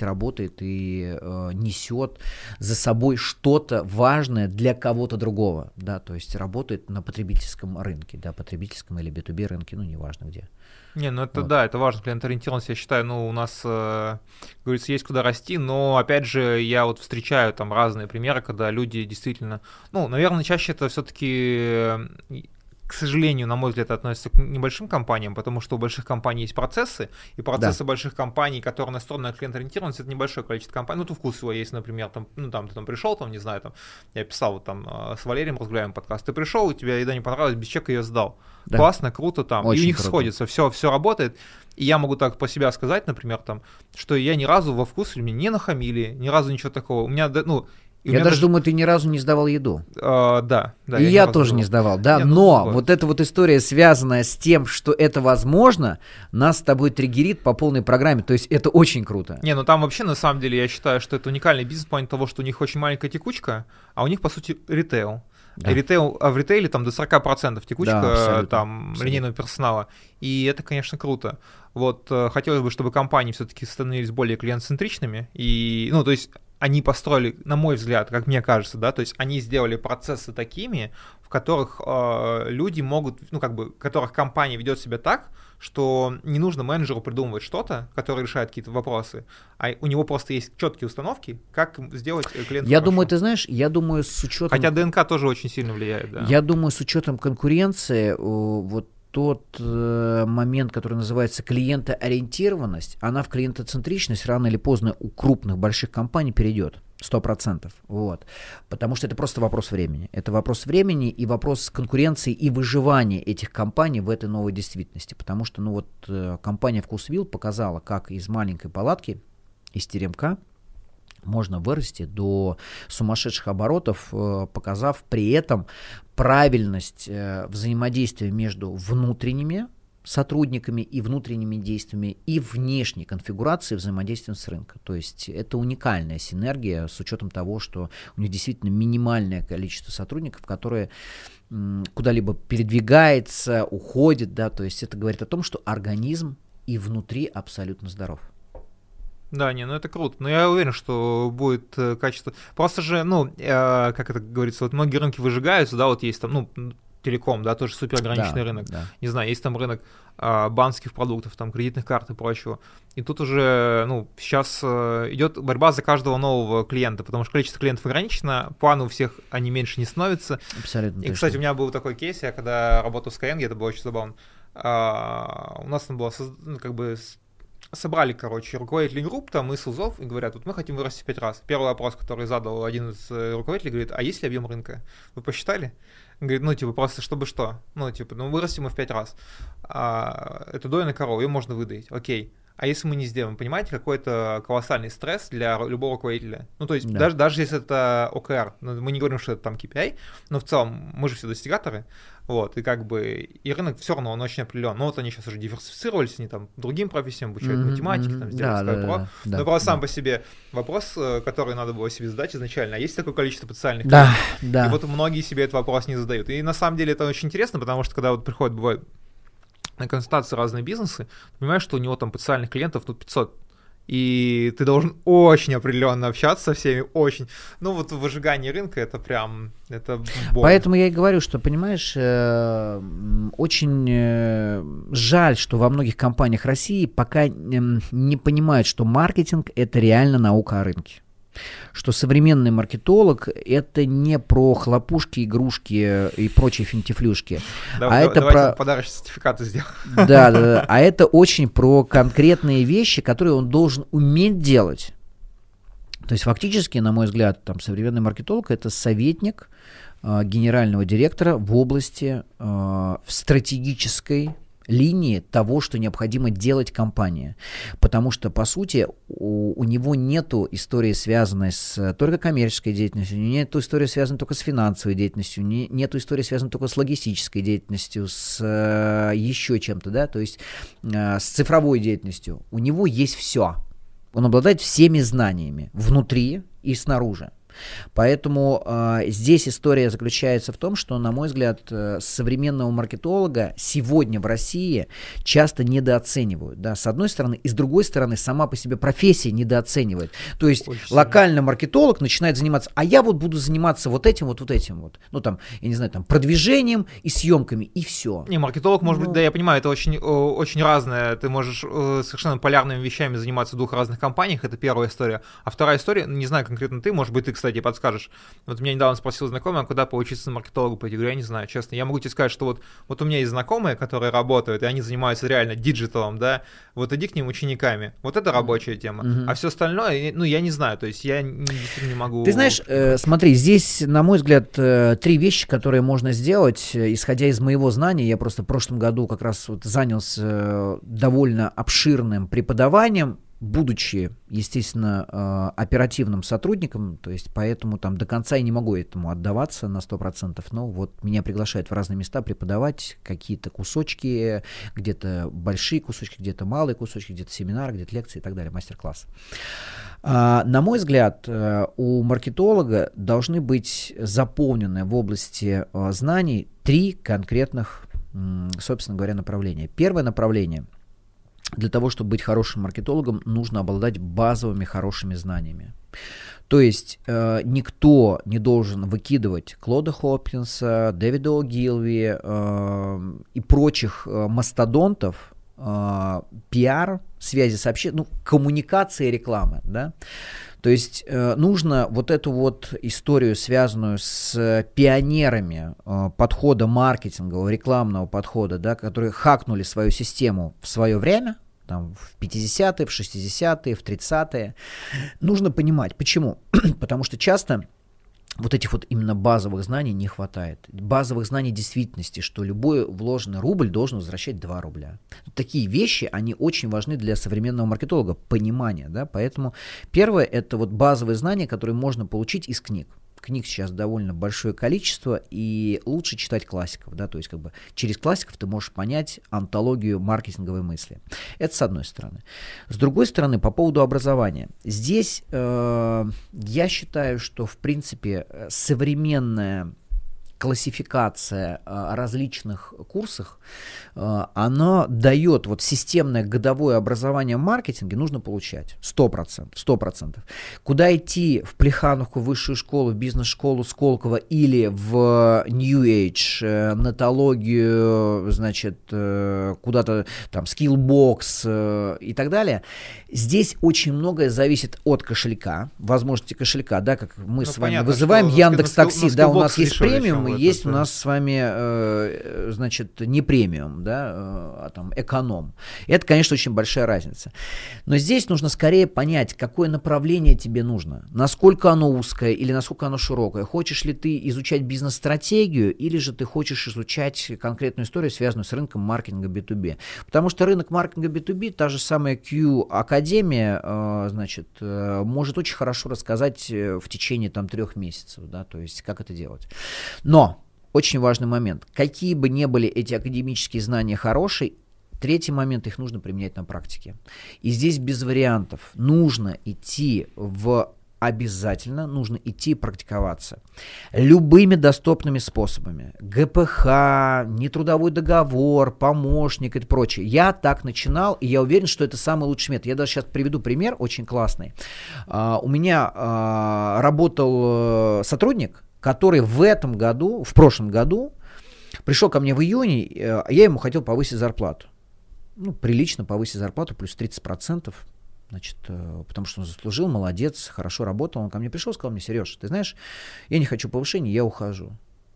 несет за собой что-то важное для кого-то другого, да, то есть работает на потребительском рынке, да, потребительском или B2B рынке, неважно где. Это вот. Да, это важно, клиент-ориентированность, я считаю, у нас, говорится, есть куда расти, но, опять же, я вот встречаю там разные примеры, когда люди действительно, наверное, чаще это все-таки, к сожалению, на мой взгляд, относится к небольшим компаниям, потому что у больших компаний есть процессы, и процессы больших компаний, которые настроены на клиент-ориентированность, это небольшое количество компаний. Тут вкус его есть, например, там, ты там пришел, там, не знаю, там, я писал вот там с Валерием разгуляем подкаст, ты пришел, у тебя еда не понравилась, без чека ее сдал. Да. Классно, круто там, очень и у них круто. Сходится, все работает. И я могу так по себя сказать, например, там, что я ни разу во вкус мне не нахамили, ни разу ничего такого. У меня, я даже думаю, ты ни разу не сдавал еду. Да. И я тоже не сдавал, да. Но вот эта вот история, связанная с тем, что это возможно, нас с тобой триггерит по полной программе. То есть это очень круто. Там вообще, на самом деле, я считаю, что это уникальный бизнес в плане того, что у них очень маленькая текучка, а у них, по сути, ритейл. Да. А в ритейле там до 40% текучка Да, там линейного персонала. И это, конечно, круто. Вот хотелось бы, чтобы компании все-таки становились более клиент-центричными. И, ну, то есть они построили, на мой взгляд, как мне кажется, да, то есть они сделали процессы такими, в которых люди могут, ну, как бы, в которых компания ведет себя так, что не нужно менеджеру придумывать что-то, которое решает какие-то вопросы, а у него просто есть четкие установки, как сделать клиенту Я хорошо. думаю, ты знаешь, с учетом... Хотя ДНК тоже очень сильно влияет, да. Я думаю, с учетом конкуренции, вот тот момент, который называется клиентоориентированность, она в клиентоцентричность рано или поздно у крупных больших компаний перейдет. 100%. Вот. Потому что это просто вопрос времени. Это вопрос времени и вопрос конкуренции и выживания этих компаний в этой новой действительности. Потому что компания Вкусвилл показала, как из маленькой палатки, из теремка, можно вырасти до сумасшедших оборотов, показав при этом правильность взаимодействия между внутренними сотрудниками и внутренними действиями и внешней конфигурацией взаимодействия с рынком. То есть это уникальная синергия с учетом того, что у них действительно минимальное количество сотрудников, которые куда-либо передвигается, уходит, да, то есть это говорит о том, что организм и внутри абсолютно здоров. Да, ну это круто. Но я уверен, что будет качество. Просто же, как это говорится, вот многие рынки выжигаются, да, вот есть там, телеком, да, тоже супер ограниченный рынок. Да. Не знаю, есть там рынок банковских продуктов, там, кредитных карт и прочего. И тут уже, сейчас идет борьба за каждого нового клиента, потому что количество клиентов ограничено, планы у всех, они меньше не становятся. Абсолютно. И, кстати, у меня был такой кейс, я когда работал в Skyeng, это было очень забавно. У нас там было, собрали, руководителей групп там и СУЗов и говорят, вот мы хотим вырасти в 5 раз. Первый вопрос, который задал один из руководителей, говорит, а есть ли объем рынка? Вы посчитали? Говорит, просто чтобы что? Вырастем мы в 5 раз. Это дойная корова, ее можно выдоить, окей. А если мы не сделаем, понимаете, какой это колоссальный стресс для любого руководителя? Даже если это ОКР, мы не говорим, что это там KPI, но в целом мы же все достигаторы, вот, и рынок все равно, он очень определен. Но вот они сейчас уже диверсифицировались, они там другим профессиям обучают математики, там, сделать Skype Pro. Но просто сам по себе вопрос, который надо было себе задать изначально, а есть такое количество потенциальных клиентов? Да. И вот многие себе этот вопрос не задают. И на самом деле это очень интересно, потому что когда вот приходят, бывает, на консультации разные бизнесы, ты понимаешь, что у него там потенциальных клиентов 500. И ты должен очень определенно общаться со всеми, очень. Выжигание рынка это прям, это больно. Поэтому я и говорю, что, понимаешь, очень жаль, что во многих компаниях России пока не понимают, что маркетинг — это реально наука о рынке. Что современный маркетолог — это не про хлопушки, игрушки и прочие финтифлюшки. Давайте про подарочные сертификаты сделаем. Да, а это очень про конкретные вещи, которые он должен уметь делать. То есть фактически, на мой взгляд, там современный маркетолог — это советник генерального директора в области стратегической линии того, что необходимо делать компания. Потому что, по сути, у него нету истории, связанной с только коммерческой деятельностью, нету истории, связанной только с финансовой деятельностью, нету истории, связанной только с логистической деятельностью, с еще чем-то, да, то есть с цифровой деятельностью. У него есть все. Он обладает всеми знаниями внутри и снаружи. Поэтому здесь история заключается в том, что, на мой взгляд, современного маркетолога сегодня в России часто недооценивают. Да, с одной стороны, и с другой стороны, сама по себе профессия недооценивает. То есть локально маркетолог начинает заниматься, а я вот буду заниматься вот этим, вот этим вот. Я не знаю, продвижением и съемками, и все. Не, маркетолог может быть, да, я понимаю, это очень, очень разное. Ты можешь совершенно полярными вещами заниматься в двух разных компаниях, это первая история. А вторая история, не знаю конкретно ты, может быть, ты, кстати, подскажешь. Вот меня недавно спросил знакомый, а куда поучиться на маркетологу пойти? Говорю, я не знаю, честно. Я могу тебе сказать, что вот у меня есть знакомые, которые работают, и они занимаются реально диджиталом, да, вот иди к ним учениками. Вот это рабочая тема. А все остальное, я не знаю, то есть я не могу... Ты знаешь, смотри, здесь, на мой взгляд, 3 вещи, которые можно сделать, исходя из моего знания. Я просто в прошлом году как раз занялся довольно обширным преподаванием будучи, естественно, оперативным сотрудником, то есть поэтому там до конца я не могу этому отдаваться на 100%, но вот меня приглашают в разные места преподавать какие-то кусочки, где-то большие кусочки, где-то малые кусочки, где-то семинары, где-то лекции и так далее, мастер-класс. На мой взгляд, у маркетолога должны быть заполнены в области знаний 3 конкретных, собственно говоря, направления. Первое направление. Для того, чтобы быть хорошим маркетологом, нужно обладать базовыми хорошими знаниями. То есть никто не должен выкидывать Клода Хопкинса, Дэвида О'Гилви и прочих мастодонтов, пиар, связи сообщений, коммуникации и рекламы, да. То есть нужно вот эту вот историю, связанную с пионерами подхода маркетингового, рекламного подхода, да, которые хакнули свою систему в свое время, там, в 50-е, в 60-е, в 30-е, нужно понимать, почему. Потому что часто вот этих вот именно базовых знаний не хватает. Базовых знаний действительности, что любой вложенный рубль должен возвращать 2 рубля. Такие вещи, они очень важны для современного маркетолога, понимание, да, поэтому первое — это вот базовые знания, которые можно получить из книг. Книг сейчас довольно большое количество, и лучше читать классиков, да, то есть как бы через классиков ты можешь понять антологию маркетинговой мысли. Это с одной стороны. С другой стороны, по поводу образования. Здесь я считаю, что в принципе современная классификация различных курсах, она дает вот системное годовое образование в маркетинге, нужно получать 100%. Куда идти? В Плехановку, высшую школу, бизнес-школу Сколково или в New Age, нетологию, значит, куда-то там Skillbox и так далее. Здесь очень многое зависит от кошелька, возможности кошелька, да, как мы с вами вызываем Яндекс.Такси, да, у нас есть премиум, и есть у нас с вами, значит, не премиум, да, а там эконом. И это, конечно, очень большая разница. Но здесь нужно скорее понять, какое направление тебе нужно, насколько оно узкое или насколько оно широкое. Хочешь ли ты изучать бизнес-стратегию, или же ты хочешь изучать конкретную историю, связанную с рынком маркетинга B2B. Потому что рынок маркетинга B2B, та же самая Q-академия, значит, может очень хорошо рассказать в течение там 3 месяцев, да, то есть как это делать. Но очень важный момент. Какие бы ни были эти академические знания хорошие, третий момент, их нужно применять на практике. И здесь без вариантов. Обязательно нужно идти практиковаться. Любыми доступными способами. ГПХ, нетрудовой договор, помощник и прочее. Я так начинал, и я уверен, что это самый лучший метод. Я даже сейчас приведу пример очень классный. У меня работал сотрудник, который в прошлом году, пришел ко мне в июне, я ему хотел повысить зарплату. Прилично повысить зарплату, плюс 30%. Значит, потому что он заслужил, молодец, хорошо работал. Он ко мне пришел, сказал мне: Сереж, ты знаешь, я не хочу повышения, я ухожу.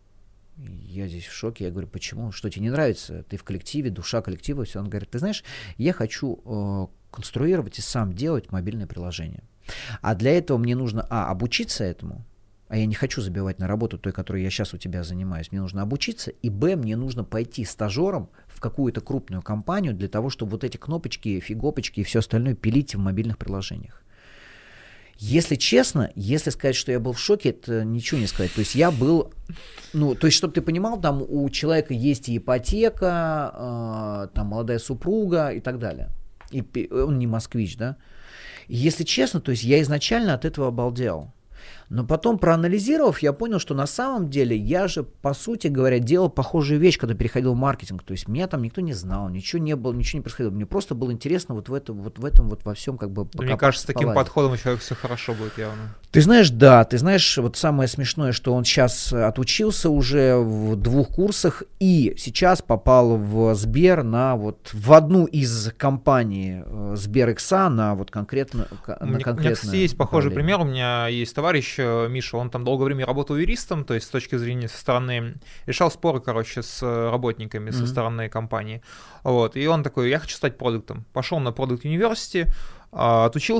Я здесь в шоке, я говорю: почему? Что тебе не нравится? Ты в коллективе, душа коллектива, все. Он говорит: ты знаешь, я хочу конструировать и сам делать мобильное приложение. А для этого мне нужно, обучиться этому, а я не хочу забивать на работу той, которой я сейчас у тебя занимаюсь. Мне нужно обучиться, и мне нужно пойти стажером в какую-то крупную компанию для того, чтобы вот эти кнопочки, фигопочки и все остальное пилить в мобильных приложениях. Если честно, если сказать, что я был в шоке, это ничего не сказать. То есть я был, то есть, чтобы ты понимал, там у человека есть и ипотека, там молодая супруга и так далее. И он не москвич, да. И если честно, то есть я изначально от этого обалдел. Но потом, проанализировав, я понял, что на самом деле я же, по сути говоря, делал похожую вещь, когда переходил в маркетинг. То есть меня там никто не знал, ничего не было, ничего не происходило. Мне просто было интересно вот в этом во всем как бы... Мне кажется, с таким подходом у человека все хорошо будет явно. Ты знаешь, вот самое смешное, что он сейчас отучился уже в 2 курсах и сейчас попал в Сбер в одну из компаний Сбер-Икса на вот конкретно... У меня, кстати, есть похожий пример. У меня есть товарищ Миша, он там долгое время работал юристом, то есть с точки зрения со стороны, решал споры, с работниками со стороны компании. Вот, и он такой: я хочу стать продуктом. Пошел на Product University, отучился,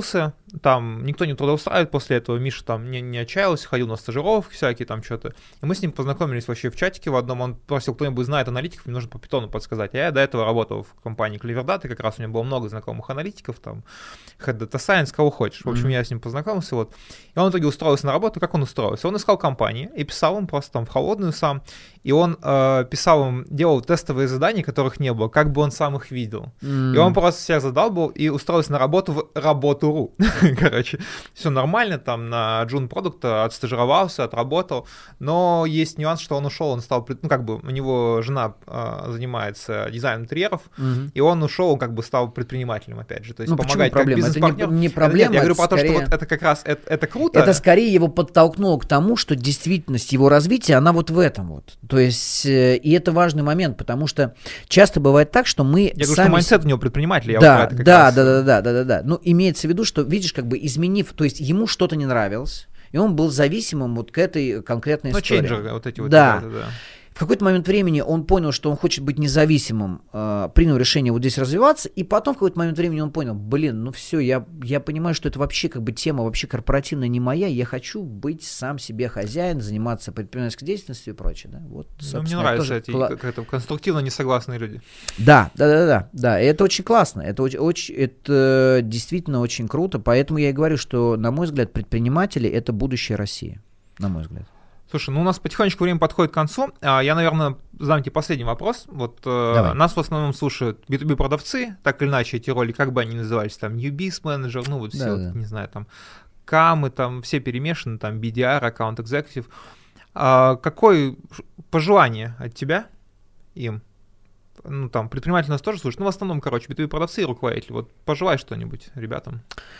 там никто не трудоустраивает после этого, Миша там не отчаялся, ходил на стажировки всякие там что-то, и мы с ним познакомились вообще в чатике в одном, он просил, кто-нибудь знает аналитиков, мне нужно по питону подсказать, а я до этого работал в компании Cleverdata, как раз у меня было много знакомых аналитиков, там, Head Data Science, кого хочешь, в общем, я с ним познакомился, вот, и он в итоге устроился на работу. Как он устроился? Он искал компании и писал им просто там в холодную сам, и он писал им, делал тестовые задания, которых не было, как бы он сам их видел, и он просто всех задалбал и устроился на работу в Работу.ру. Короче, все нормально, там на Джун продукта отстажировался, отработал, но есть нюанс, что он ушел, он стал, ну как бы у него жена занимается дизайном интерьеров, и он ушел, он как бы стал предпринимателем опять же, то есть помогать как бизнес-партнер. Это не проблема. Я говорю про то, что вот это как раз, это круто. Это скорее его подтолкнуло к тому, что действительность его развития, она вот в этом вот. То есть, и это важный момент, потому что часто бывает так, что мы Я сами... говорю, что майндсет у него предприниматель. Да. Ну, имеется в виду, что, видишь, как бы изменив, то есть ему что-то не нравилось, и он был зависимым вот к этой конкретной истории. Чейнджеры вот эти вот. Да. В какой-то момент времени он понял, что он хочет быть независимым, принял решение вот здесь развиваться, и потом в какой-то момент времени он понял, ну все, я понимаю, что это вообще как бы тема вообще корпоративная не моя, я хочу быть сам себе хозяин, заниматься предпринимательской деятельностью и прочее. Да? Вот, мне нравятся эти конструктивно несогласные люди. Да, это очень классно, это действительно очень круто, поэтому я и говорю, что, на мой взгляд, предприниматели — это будущее России, на мой взгляд. Слушай, ну у нас потихонечку время подходит к концу. Я, наверное, задам тебе последний вопрос. Вот нас в основном слушают B2B-продавцы, так или иначе эти роли, как бы они назывались, там, newbies менеджер, ну вот все, вот, не знаю, там, камы, там, все перемешаны, там, BDR, аккаунт executive. Какое пожелание от тебя им? Ну, там, предприниматель нас тоже слушает, ну, в основном, короче, B2B-продавцы и руководители. Вот пожелай что-нибудь ребятам.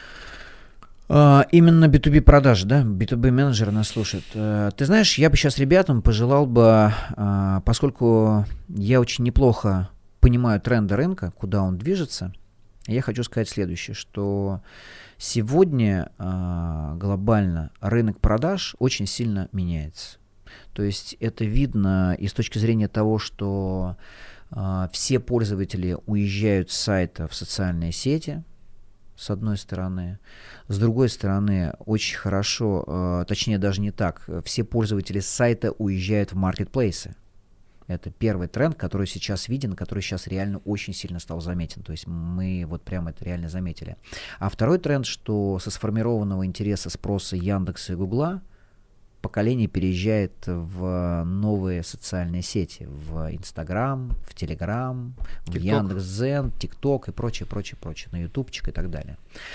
Именно B2B продажи, да, B2B менеджеры нас слушают. Ты знаешь, я бы сейчас ребятам пожелал бы, поскольку я очень неплохо понимаю тренды рынка, куда он движется, я хочу сказать следующее, что сегодня глобально рынок продаж очень сильно меняется. То есть это видно и с точки зрения того, что все пользователи уезжают с сайта в социальные сети, с одной стороны. С другой стороны, очень хорошо, точнее даже не так, все пользователи сайта уезжают в маркетплейсы. Это первый тренд, который сейчас виден, который сейчас реально очень сильно стал заметен. То есть мы вот прямо это реально заметили. А второй тренд, что со сформированного интереса спроса Яндекса и Гугла поколение переезжает в новые социальные сети, в Инстаграм, в Телеграм, в Яндекс.Дзен, ТикТок и прочее, на Ютубчик и так далее.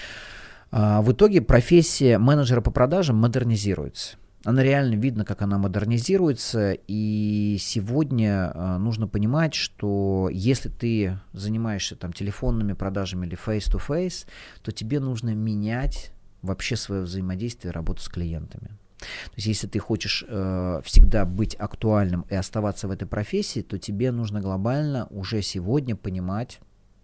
В итоге профессия менеджера по продажам модернизируется. Она реально видно, как она модернизируется, и сегодня нужно понимать, что если ты занимаешься там телефонными продажами или face-to-face, то тебе нужно менять вообще свое взаимодействие, работу с клиентами. То есть если ты хочешь всегда быть актуальным и оставаться в этой профессии, то тебе нужно глобально уже сегодня понимать,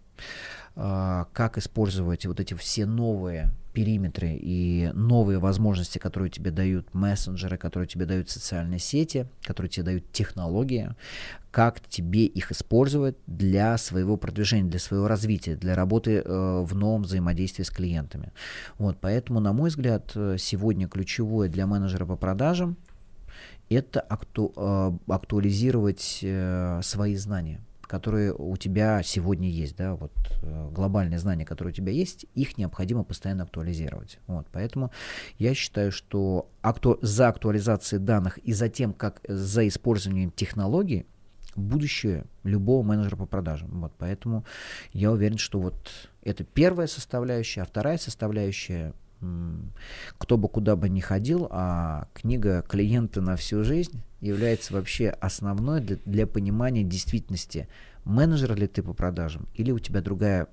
как использовать вот эти все новые периметры и новые возможности, которые тебе дают мессенджеры, которые тебе дают социальные сети, которые тебе дают технологии, как тебе их использовать для своего продвижения, для своего развития, для работы в новом взаимодействии с клиентами. Вот, поэтому, на мой взгляд, сегодня ключевое для менеджера по продажам — это актуализировать свои знания, которые у тебя сегодня есть, да, вот глобальные знания, которые у тебя есть, их необходимо постоянно актуализировать. Вот, поэтому я считаю, что за актуализацией данных и за тем, как за использованием технологий будущее любого менеджера по продажам. Вот, поэтому я уверен, что вот это первая составляющая, а вторая составляющая, кто бы куда бы ни ходил, а книга «Клиенты на всю жизнь» является вообще основной для понимания действительности, менеджер ли ты по продажам или у тебя другая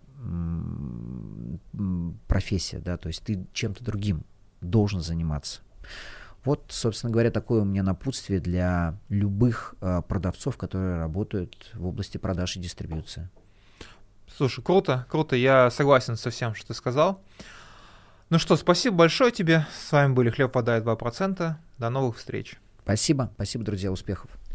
профессия, да, то есть ты чем-то другим должен заниматься. Вот, собственно говоря, такое у меня напутствие для любых продавцов, которые работают в области продаж и дистрибьюции. Слушай, круто, я согласен со всем, что ты сказал. Ну что, спасибо большое тебе. С вами были Хлеб подает 2%. До новых встреч. Спасибо, друзья, успехов.